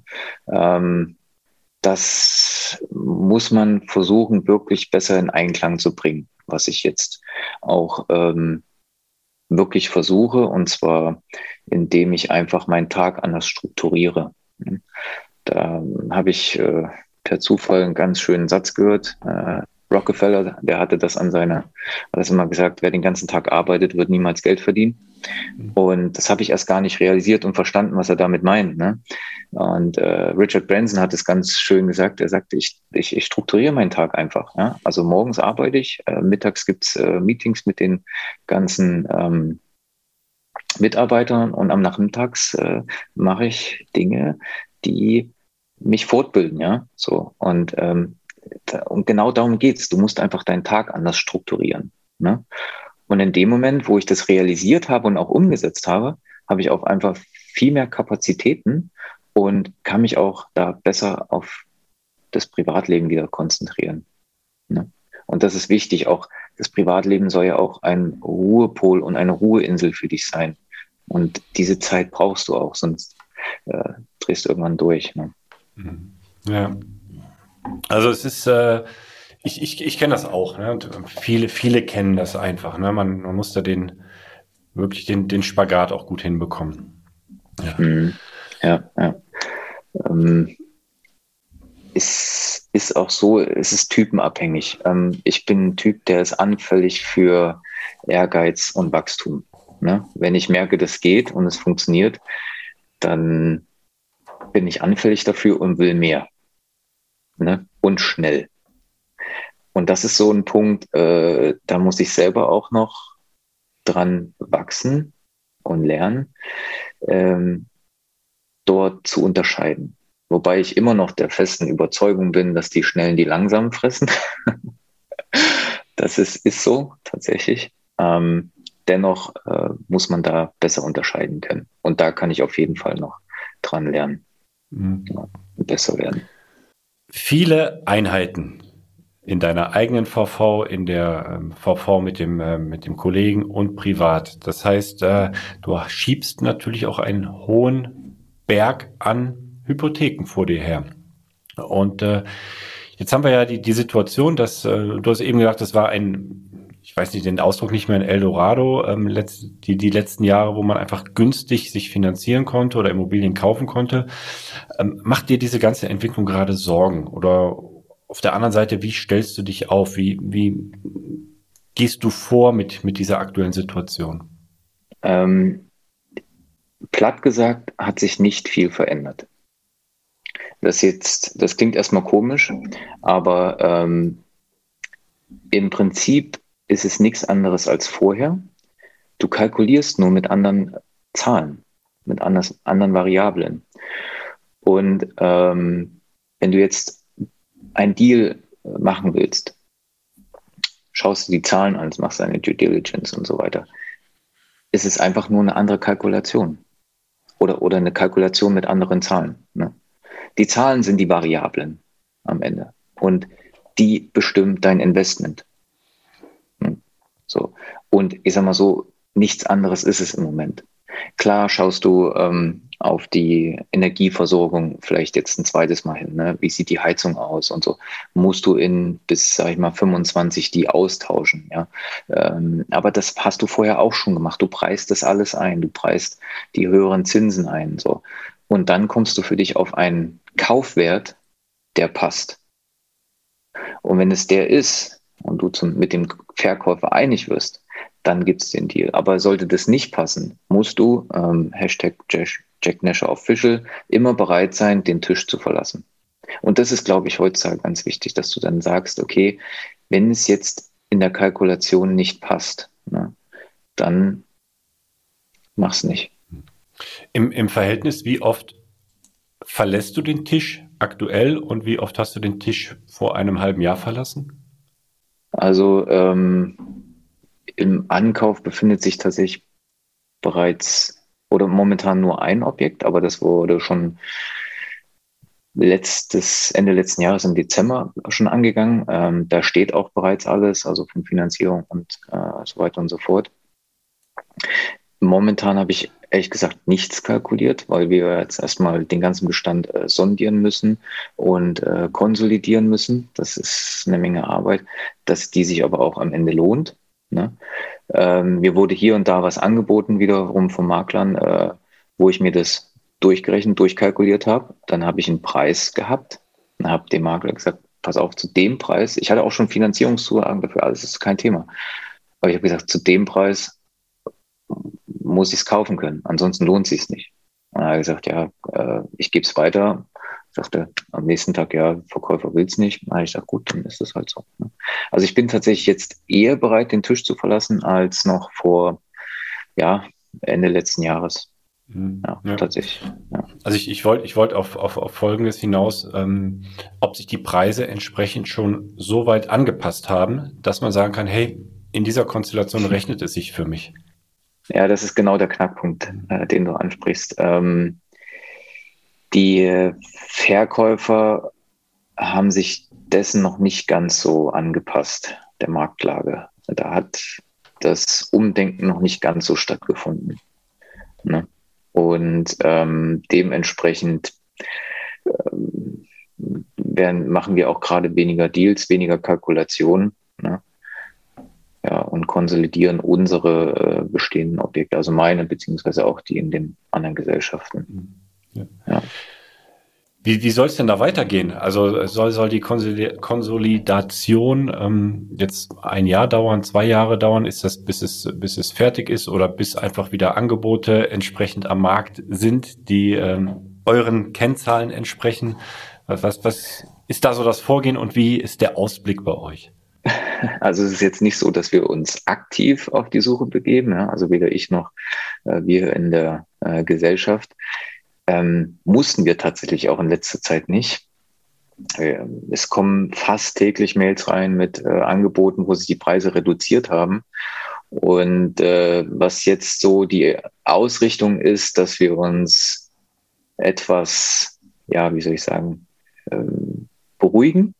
Das muss man versuchen, wirklich besser in Einklang zu bringen, was ich jetzt auch wirklich versuche. Und zwar, indem ich einfach meinen Tag anders strukturiere. Da habe ich per Zufall einen ganz schönen Satz gehört. Rockefeller, der hatte das hat das immer gesagt, wer den ganzen Tag arbeitet, wird niemals Geld verdienen. Und das habe ich erst gar nicht realisiert und verstanden, was er damit meint. Ne? Und Richard Branson hat es ganz schön gesagt. Er sagte, ich strukturiere meinen Tag einfach. Ja? Also morgens arbeite ich, mittags gibt's Meetings mit den ganzen Mitarbeitern und am Nachmittags mache ich Dinge, die mich fortbilden. Ja, so und genau darum geht's. Du musst einfach deinen Tag anders strukturieren. Ne? Und in dem Moment, wo ich das realisiert habe und auch umgesetzt habe, habe ich auch einfach viel mehr Kapazitäten und kann mich auch da besser auf das Privatleben wieder konzentrieren. Ne? Und das ist wichtig. Auch das Privatleben soll ja auch ein Ruhepol und eine Ruheinsel für dich sein. Und diese Zeit brauchst du auch, sonst drehst du irgendwann durch. Ne? Ja. Also es ist, ich kenne das auch, ne? Und viele kennen das einfach. Ne? Man muss da den Spagat auch gut hinbekommen. Ja. Es ist auch so, es ist typenabhängig. Ich bin ein Typ, der ist anfällig für Ehrgeiz und Wachstum. Ne? Wenn ich merke, das geht und es funktioniert, dann bin ich anfällig dafür und will mehr. Ne? Und schnell. Und das ist so ein Punkt, da muss ich selber auch noch dran wachsen und lernen, dort zu unterscheiden. Wobei ich immer noch der festen Überzeugung bin, dass die Schnellen die Langsamen fressen. Das ist so tatsächlich. Dennoch muss man da besser unterscheiden können. Und da kann ich auf jeden Fall noch dran lernen, besser werden. Viele Einheiten in deiner eigenen VV, in der VV mit dem Kollegen und privat. Das heißt, du schiebst natürlich auch einen hohen Berg an Hypotheken vor dir her. Und jetzt haben wir ja die Situation, dass du hast eben gesagt, das war ich weiß nicht den Ausdruck nicht mehr, ein Eldorado, die letzten Jahre, wo man einfach günstig sich finanzieren konnte oder Immobilien kaufen konnte. Macht dir diese ganze Entwicklung gerade Sorgen? Oder auf der anderen Seite, wie stellst du dich auf? Wie gehst du vor mit dieser aktuellen Situation? Platt gesagt hat sich nicht viel verändert. Das klingt erstmal komisch, aber im Prinzip ist es nichts anderes als vorher. Du kalkulierst nur mit anderen Zahlen, mit anderen Variablen. Und wenn du jetzt ein Deal machen willst, schaust du die Zahlen an, machst deine Due Diligence und so weiter. Es ist einfach nur eine andere Kalkulation oder eine Kalkulation mit anderen Zahlen. Ne? Die Zahlen sind die Variablen am Ende und die bestimmen dein Investment. So. Und ich sag mal so, nichts anderes ist es im Moment. Klar schaust du auf die Energieversorgung vielleicht jetzt ein zweites Mal hin. Ne? Wie sieht die Heizung aus und so? Musst du bis, sag ich mal, 25 die austauschen. Ja? Aber das hast du vorher auch schon gemacht. Du preist das alles ein. Du preist die höheren Zinsen ein. So. Und dann kommst du für dich auf einen Kaufwert, der passt. Und wenn es der ist und du mit dem Verkäufer einig wirst, dann gibt es den Deal. Aber sollte das nicht passen, musst du, Hashtag Jack Nasher Official, immer bereit sein, den Tisch zu verlassen. Und das ist, glaube ich, heutzutage ganz wichtig, dass du dann sagst, okay, wenn es jetzt in der Kalkulation nicht passt, ne, dann mach's nicht. Im Verhältnis, wie oft verlässt du den Tisch aktuell und wie oft hast du den Tisch vor einem halben Jahr verlassen? Also im Ankauf befindet sich tatsächlich bereits oder momentan nur ein Objekt, aber das wurde schon Ende letzten Jahres im Dezember schon angegangen. Da steht auch bereits alles, also von Finanzierung und so weiter und so fort. Momentan habe ich ehrlich gesagt nichts kalkuliert, weil wir jetzt erstmal den ganzen Bestand sondieren müssen und konsolidieren müssen. Das ist eine Menge Arbeit, dass die sich aber auch am Ende lohnt. Ne? Mir wurde hier und da was angeboten, wiederum von Maklern, wo ich mir das durchkalkuliert habe. Dann habe ich einen Preis gehabt und habe dem Makler gesagt, pass auf, zu dem Preis. Ich hatte auch schon Finanzierungszusagen dafür, alles ist kein Thema. Aber ich habe gesagt, zu dem Preis muss ich es kaufen können, ansonsten lohnt es sich nicht. Und er hat gesagt, ja, ich gebe es weiter. Sagte am nächsten Tag, ja, Verkäufer will es nicht. Na, ich dachte, gut, dann ist das halt so. Ne? Also ich bin tatsächlich jetzt eher bereit, den Tisch zu verlassen, als noch vor Ende letzten Jahres. Ja. Tatsächlich. Ja. Also ich wollte auf Folgendes hinaus, ob sich die Preise entsprechend schon so weit angepasst haben, dass man sagen kann, hey, in dieser Konstellation rechnet es sich für mich. Ja, das ist genau der Knackpunkt, den du ansprichst. Die Verkäufer haben sich dessen noch nicht ganz so angepasst, der Marktlage. Da hat das Umdenken noch nicht ganz so stattgefunden. Ne? Und dementsprechend machen wir auch gerade weniger Deals, weniger Kalkulationen. Ne? Ja, und konsolidieren unsere bestehenden Objekte, also meine, beziehungsweise auch die in den anderen Gesellschaften. Ja. Wie soll es denn da weitergehen? Also soll die Konsolidation jetzt ein Jahr dauern, 2 Jahre dauern? Ist das, bis es fertig ist oder bis einfach wieder Angebote entsprechend am Markt sind, die euren Kennzahlen entsprechen? Was ist da so das Vorgehen und wie ist der Ausblick bei euch? Also es ist jetzt nicht so, dass wir uns aktiv auf die Suche begeben, ja? Also weder ich noch wir in der Gesellschaft. Mussten wir tatsächlich auch in letzter Zeit nicht. Es kommen fast täglich Mails rein mit Angeboten, wo sich die Preise reduziert haben. Und was jetzt so die Ausrichtung ist, dass wir uns etwas, wie soll ich sagen, beruhigen.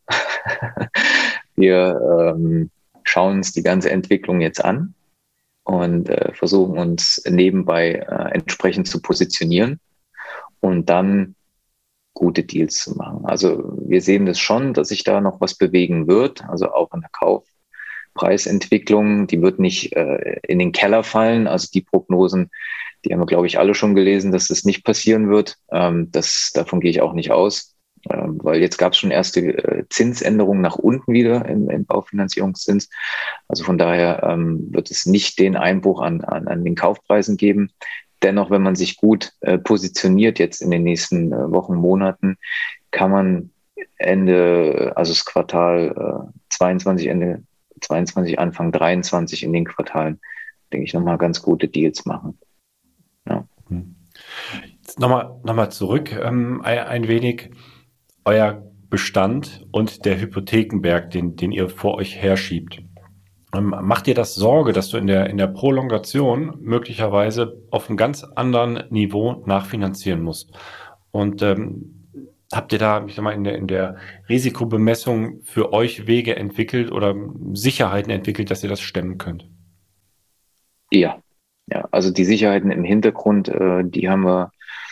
Wir schauen uns die ganze Entwicklung jetzt an und versuchen uns nebenbei entsprechend zu positionieren und dann gute Deals zu machen. Also wir sehen das schon, dass sich da noch was bewegen wird, also auch in der Kaufpreisentwicklung. Die wird nicht in den Keller fallen. Also die Prognosen, die haben wir, glaube ich, alle schon gelesen, dass das nicht passieren wird. Davon gehe ich auch nicht aus, weil jetzt gab es schon erste Zinsänderungen nach unten wieder im Baufinanzierungszins. Also von daher wird es nicht den Einbruch an den Kaufpreisen geben. Dennoch, wenn man sich gut positioniert jetzt in den nächsten Wochen, Monaten, kann man das Quartal 22, Ende 22, Anfang 23 in den Quartalen, denke ich, nochmal ganz gute Deals machen. Ja. Jetzt nochmal zurück ein wenig. Euer Bestand und der Hypothekenberg, den ihr vor euch herschiebt. Macht dir das Sorge, dass du in der Prolongation möglicherweise auf einem ganz anderen Niveau nachfinanzieren musst? Und habt ihr da, ich sag mal, in der Risikobemessung für euch Wege entwickelt oder Sicherheiten entwickelt, dass ihr das stemmen könnt? Ja, Ja, also die Sicherheiten im Hintergrund, die haben wir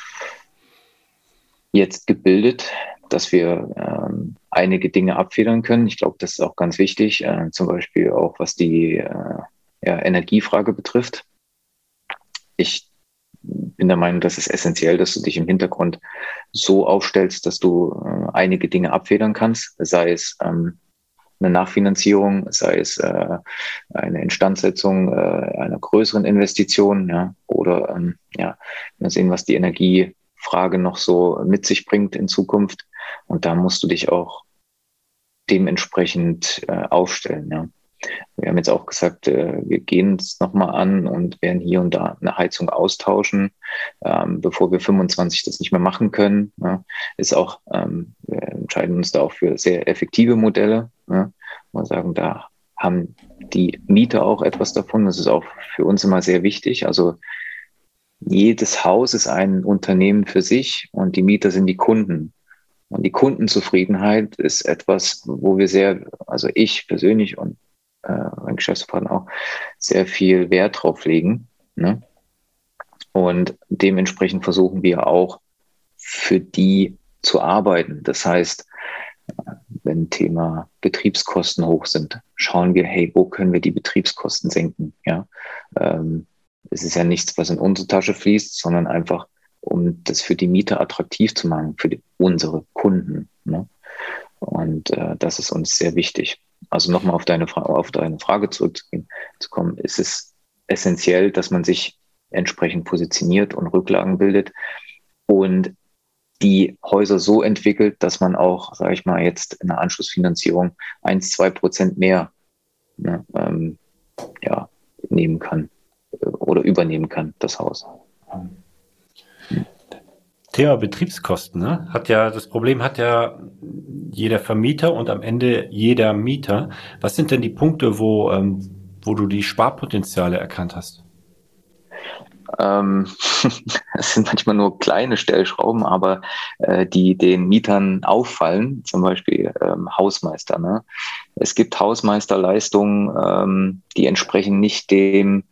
jetzt gebildet, dass wir einige Dinge abfedern können. Ich glaube, das ist auch ganz wichtig, zum Beispiel auch was die Energiefrage betrifft. Ich bin der Meinung, das ist essentiell, dass du dich im Hintergrund so aufstellst, dass du einige Dinge abfedern kannst, sei es eine Nachfinanzierung, sei es eine Instandsetzung einer größeren Investition, ja, oder mal sehen, was die Energiefrage noch so mit sich bringt in Zukunft. Und da musst du dich auch dementsprechend aufstellen, ja. Wir haben jetzt auch gesagt, wir gehen es nochmal an und werden hier und da eine Heizung austauschen, bevor wir 25 das nicht mehr machen können. Ja. Ist auch, wir entscheiden uns da auch für sehr effektive Modelle. Ja. Wir sagen, da haben die Mieter auch etwas davon. Das ist auch für uns immer sehr wichtig. Also jedes Haus ist ein Unternehmen für sich und die Mieter sind die Kunden. Und die Kundenzufriedenheit ist etwas, wo wir also ich persönlich und mein Geschäftspartner auch, sehr viel Wert drauf legen. Ne? Und dementsprechend versuchen wir auch für die zu arbeiten. Das heißt, wenn Thema Betriebskosten hoch sind, schauen wir, hey, wo können wir die Betriebskosten senken? Ja? Es ist ja nichts, was in unsere Tasche fließt, sondern einfach, um das für die Mieter attraktiv zu machen, für unsere Kunden. Ne? Und das ist uns sehr wichtig. Also nochmal auf deine Frage zurückzukommen, ist es essentiell, dass man sich entsprechend positioniert und Rücklagen bildet und die Häuser so entwickelt, dass man auch, sage ich mal, jetzt in der Anschlussfinanzierung 1-2% mehr nehmen kann oder übernehmen kann, das Haus. Thema Betriebskosten, ne? Das Problem hat ja jeder Vermieter und am Ende jeder Mieter. Was sind denn die Punkte, wo du die Sparpotenziale erkannt hast? Es sind manchmal nur kleine Stellschrauben, aber die den Mietern auffallen, zum Beispiel Hausmeister. Ne? Es gibt Hausmeisterleistungen, die entsprechen nicht dem,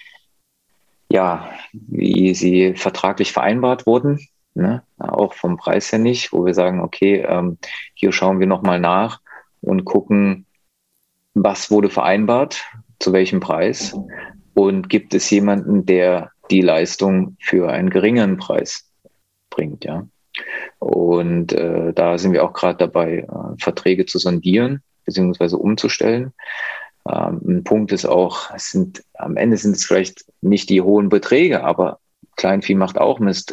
wie sie vertraglich vereinbart wurden. Ne? Auch vom Preis her nicht, wo wir sagen, okay, hier schauen wir nochmal nach und gucken, was wurde vereinbart, zu welchem Preis und gibt es jemanden, der die Leistung für einen geringeren Preis bringt, ja. Und da sind wir auch gerade dabei, Verträge zu sondieren bzw. umzustellen. Ein Punkt ist auch, am Ende sind es vielleicht nicht die hohen Beträge, aber Kleinvieh macht auch Mist.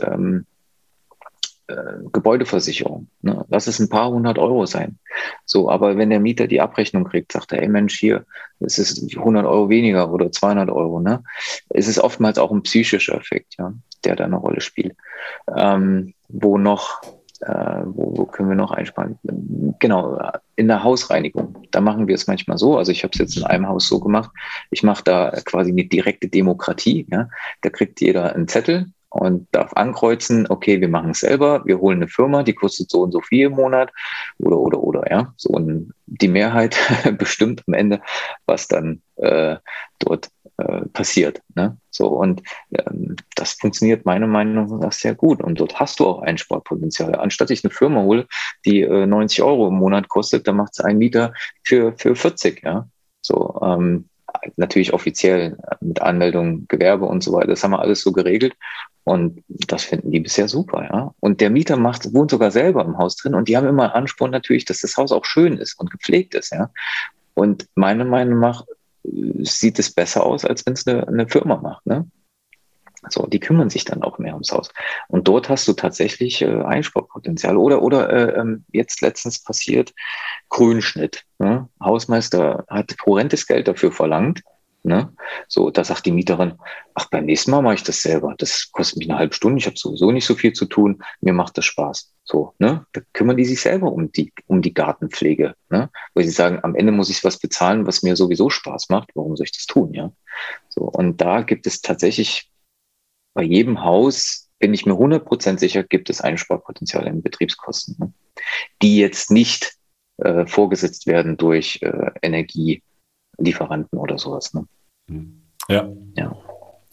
Gebäudeversicherung. Ne? Lass es ein paar 100 Euro sein. So, aber wenn der Mieter die Abrechnung kriegt, sagt er, ey Mensch, hier, es ist 100 Euro weniger oder 200 Euro. Ne? Es ist oftmals auch ein psychischer Effekt, ja, der da eine Rolle spielt. Wo können wir noch einsparen? Genau, in der Hausreinigung. Da machen wir es manchmal so. Also ich habe es jetzt in einem Haus so gemacht. Ich mache da quasi eine direkte Demokratie. Ja? Da kriegt jeder einen Zettel und darf ankreuzen, okay, wir machen es selber, wir holen eine Firma, die kostet so und so viel im Monat oder, ja. So, und die Mehrheit bestimmt am Ende, was dann dort passiert. Ne? So, und das funktioniert meiner Meinung nach sehr gut. Und dort hast du auch Einsparpotenzial. Anstatt ich eine Firma hole, die 90 Euro im Monat kostet, dann macht es ein Mieter für 40, ja. So, natürlich offiziell mit Anmeldung, Gewerbe und so weiter. Das haben wir alles so geregelt. Und das finden die bisher super, ja. Und der Mieter wohnt sogar selber im Haus drin und die haben immer einen Ansporn natürlich, dass das Haus auch schön ist und gepflegt ist, ja. Und meiner Meinung nach sieht es besser aus, als wenn es eine Firma macht, ne? So, die kümmern sich dann auch mehr ums Haus. Und dort hast du tatsächlich Einsparpotenzial. Oder jetzt letztens passiert, Grünschnitt. Ne? Hausmeister hat horrendes Geld dafür verlangt. Ne? So, da sagt die Mieterin, ach, beim nächsten Mal mache ich das selber. Das kostet mich eine halbe Stunde, ich habe sowieso nicht so viel zu tun, mir macht das Spaß. So, ne? Da kümmern die sich selber um die Gartenpflege. Ne? Weil sie sagen, am Ende muss ich was bezahlen, was mir sowieso Spaß macht. Warum soll ich das tun? Ja? So, und da gibt es tatsächlich bei jedem Haus, bin ich mir 100% sicher, gibt es Einsparpotenzial in Betriebskosten, ne? Die jetzt nicht vorgesetzt werden durch Energielieferanten oder sowas. Ne? Ja.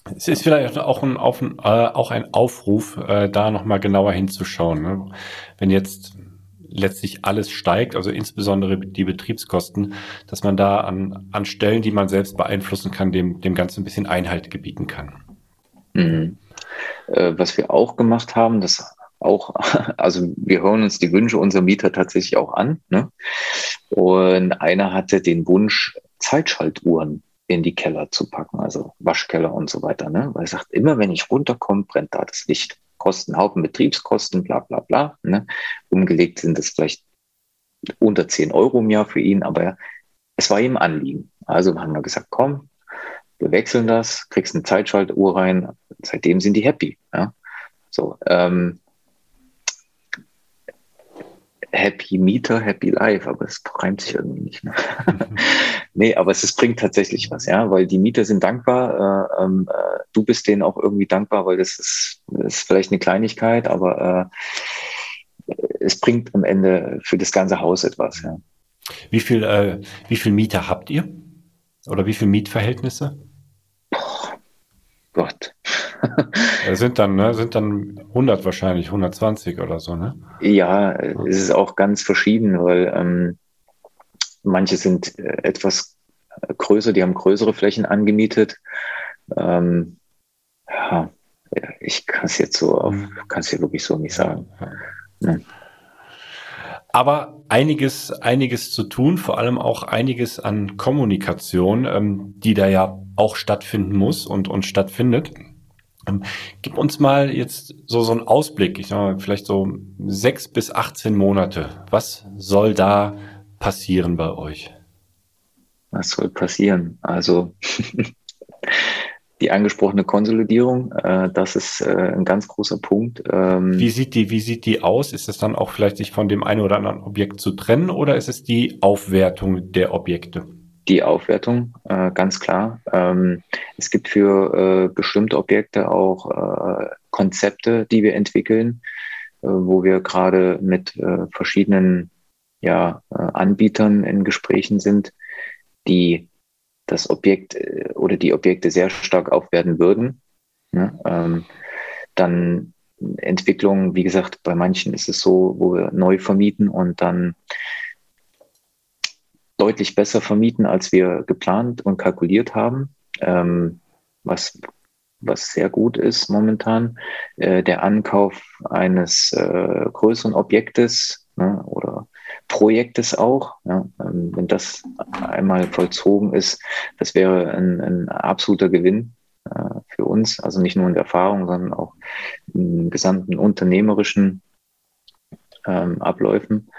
Es ist vielleicht auch ein Aufruf, da nochmal genauer hinzuschauen. Ne? Wenn jetzt letztlich alles steigt, also insbesondere die Betriebskosten, dass man da an Stellen, die man selbst beeinflussen kann, dem Ganzen ein bisschen Einhalt gebieten kann. Mhm. Was wir auch gemacht haben, das auch, also wir hören uns die Wünsche unserer Mieter tatsächlich auch an, ne? Und einer hatte den Wunsch, Zeitschaltuhren in die Keller zu packen, also Waschkeller und so weiter, ne? Weil er sagt, immer wenn ich runterkomme, brennt da das Licht. Kosten, Haufen Betriebskosten, bla bla bla. Ne? Umgelegt sind es vielleicht unter 10 Euro im Jahr für ihn, aber es war ihm ein Anliegen. Also haben wir gesagt, komm, wir wechseln das, kriegst eine Zeitschaltuhr rein. Seitdem sind die happy. Ja? So, Happy Mieter, Happy Life, aber es reimt sich irgendwie nicht. Ne? Nee, aber es bringt tatsächlich was, ja, weil die Mieter sind dankbar. Du bist denen auch irgendwie dankbar, weil das ist vielleicht eine Kleinigkeit, aber es bringt am Ende für das ganze Haus etwas. Ja. Wie viel Mieter habt ihr? Oder wie viele Mietverhältnisse? Gott. Sind dann 100 wahrscheinlich, 120 oder so, ne? Ja, es ist auch ganz verschieden, weil manche sind etwas größer, die haben größere Flächen angemietet. Ja, ich kann es jetzt kann es ja wirklich so nicht sagen. Ja. Aber einiges zu tun, vor allem auch einiges an Kommunikation, die da ja auch stattfinden muss und stattfindet. Gib uns mal jetzt so einen Ausblick, ich sag mal, vielleicht so 6 bis 18 Monate. Was soll da passieren bei euch? Was soll passieren? Also die angesprochene Konsolidierung, das ist ein ganz großer Punkt. Wie sieht die aus? Ist es dann auch vielleicht sich von dem einen oder anderen Objekt zu trennen oder ist es die Aufwertung der Objekte? Die Aufwertung, ganz klar. Es gibt für bestimmte Objekte auch Konzepte, die wir entwickeln, wo wir gerade mit verschiedenen Anbietern in Gesprächen sind, die das Objekt oder die Objekte sehr stark aufwerten würden. Ne? Dann Entwicklung, wie gesagt, bei manchen ist es so, wo wir neu vermieten und dann deutlich besser vermieten, als wir geplant und kalkuliert haben, was sehr gut ist momentan. Der Ankauf eines größeren Objektes, ne, oder Projektes auch, ja, wenn das einmal vollzogen ist, das wäre ein absoluter Gewinn für uns, also nicht nur in der Erfahrung, sondern auch in gesamten unternehmerischen Abläufen.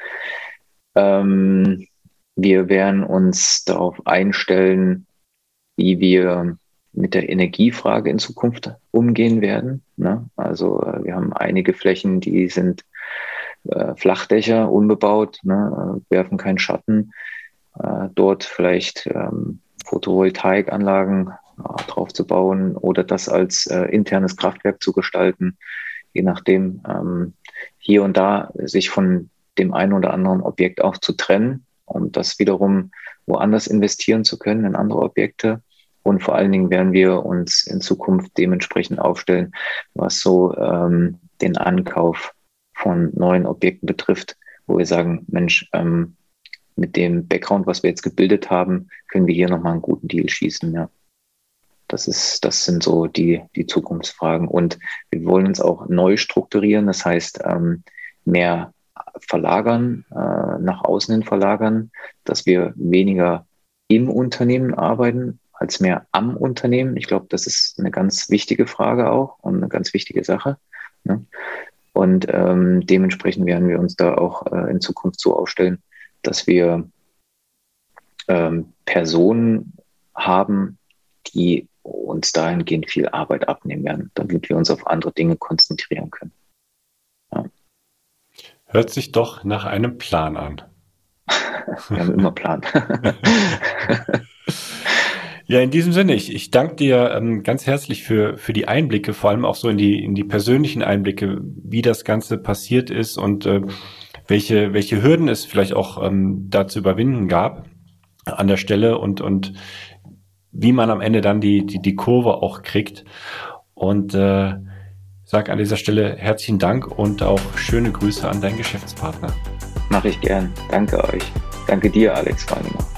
Wir werden uns darauf einstellen, wie wir mit der Energiefrage in Zukunft umgehen werden. Ne? Also wir haben einige Flächen, die sind Flachdächer, unbebaut, ne? Werfen keinen Schatten. Dort vielleicht Photovoltaikanlagen drauf zu bauen oder das als internes Kraftwerk zu gestalten, je nachdem hier und da sich von dem einen oder anderen Objekt auch zu trennen, um das wiederum woanders investieren zu können in andere Objekte. Und vor allen Dingen werden wir uns in Zukunft dementsprechend aufstellen, was so den Ankauf von neuen Objekten betrifft, wo wir sagen, Mensch, mit dem Background, was wir jetzt gebildet haben, können wir hier nochmal einen guten Deal schießen. Ja. Das sind so die Zukunftsfragen. Und wir wollen uns auch neu strukturieren, das heißt mehr verlagern, nach außen hin verlagern, dass wir weniger im Unternehmen arbeiten, als mehr am Unternehmen. Ich glaube, das ist eine ganz wichtige Frage auch und eine ganz wichtige Sache. Ne? Und dementsprechend werden wir uns da auch in Zukunft so aufstellen, dass wir Personen haben, die uns dahingehend viel Arbeit abnehmen werden, damit wir uns auf andere Dinge konzentrieren können. Ja. Hört sich doch nach einem Plan an. Wir haben immer Plan. Ja, in diesem Sinne, ich danke dir ganz herzlich für die Einblicke, vor allem auch so in die persönlichen Einblicke, wie das Ganze passiert ist und welche Hürden es vielleicht auch da zu überwinden gab an der Stelle und wie man am Ende dann die Kurve auch kriegt. Und sage an dieser Stelle herzlichen Dank und auch schöne Grüße an deinen Geschäftspartner. Mache ich gern. Danke euch. Danke dir, Alex, vor allem.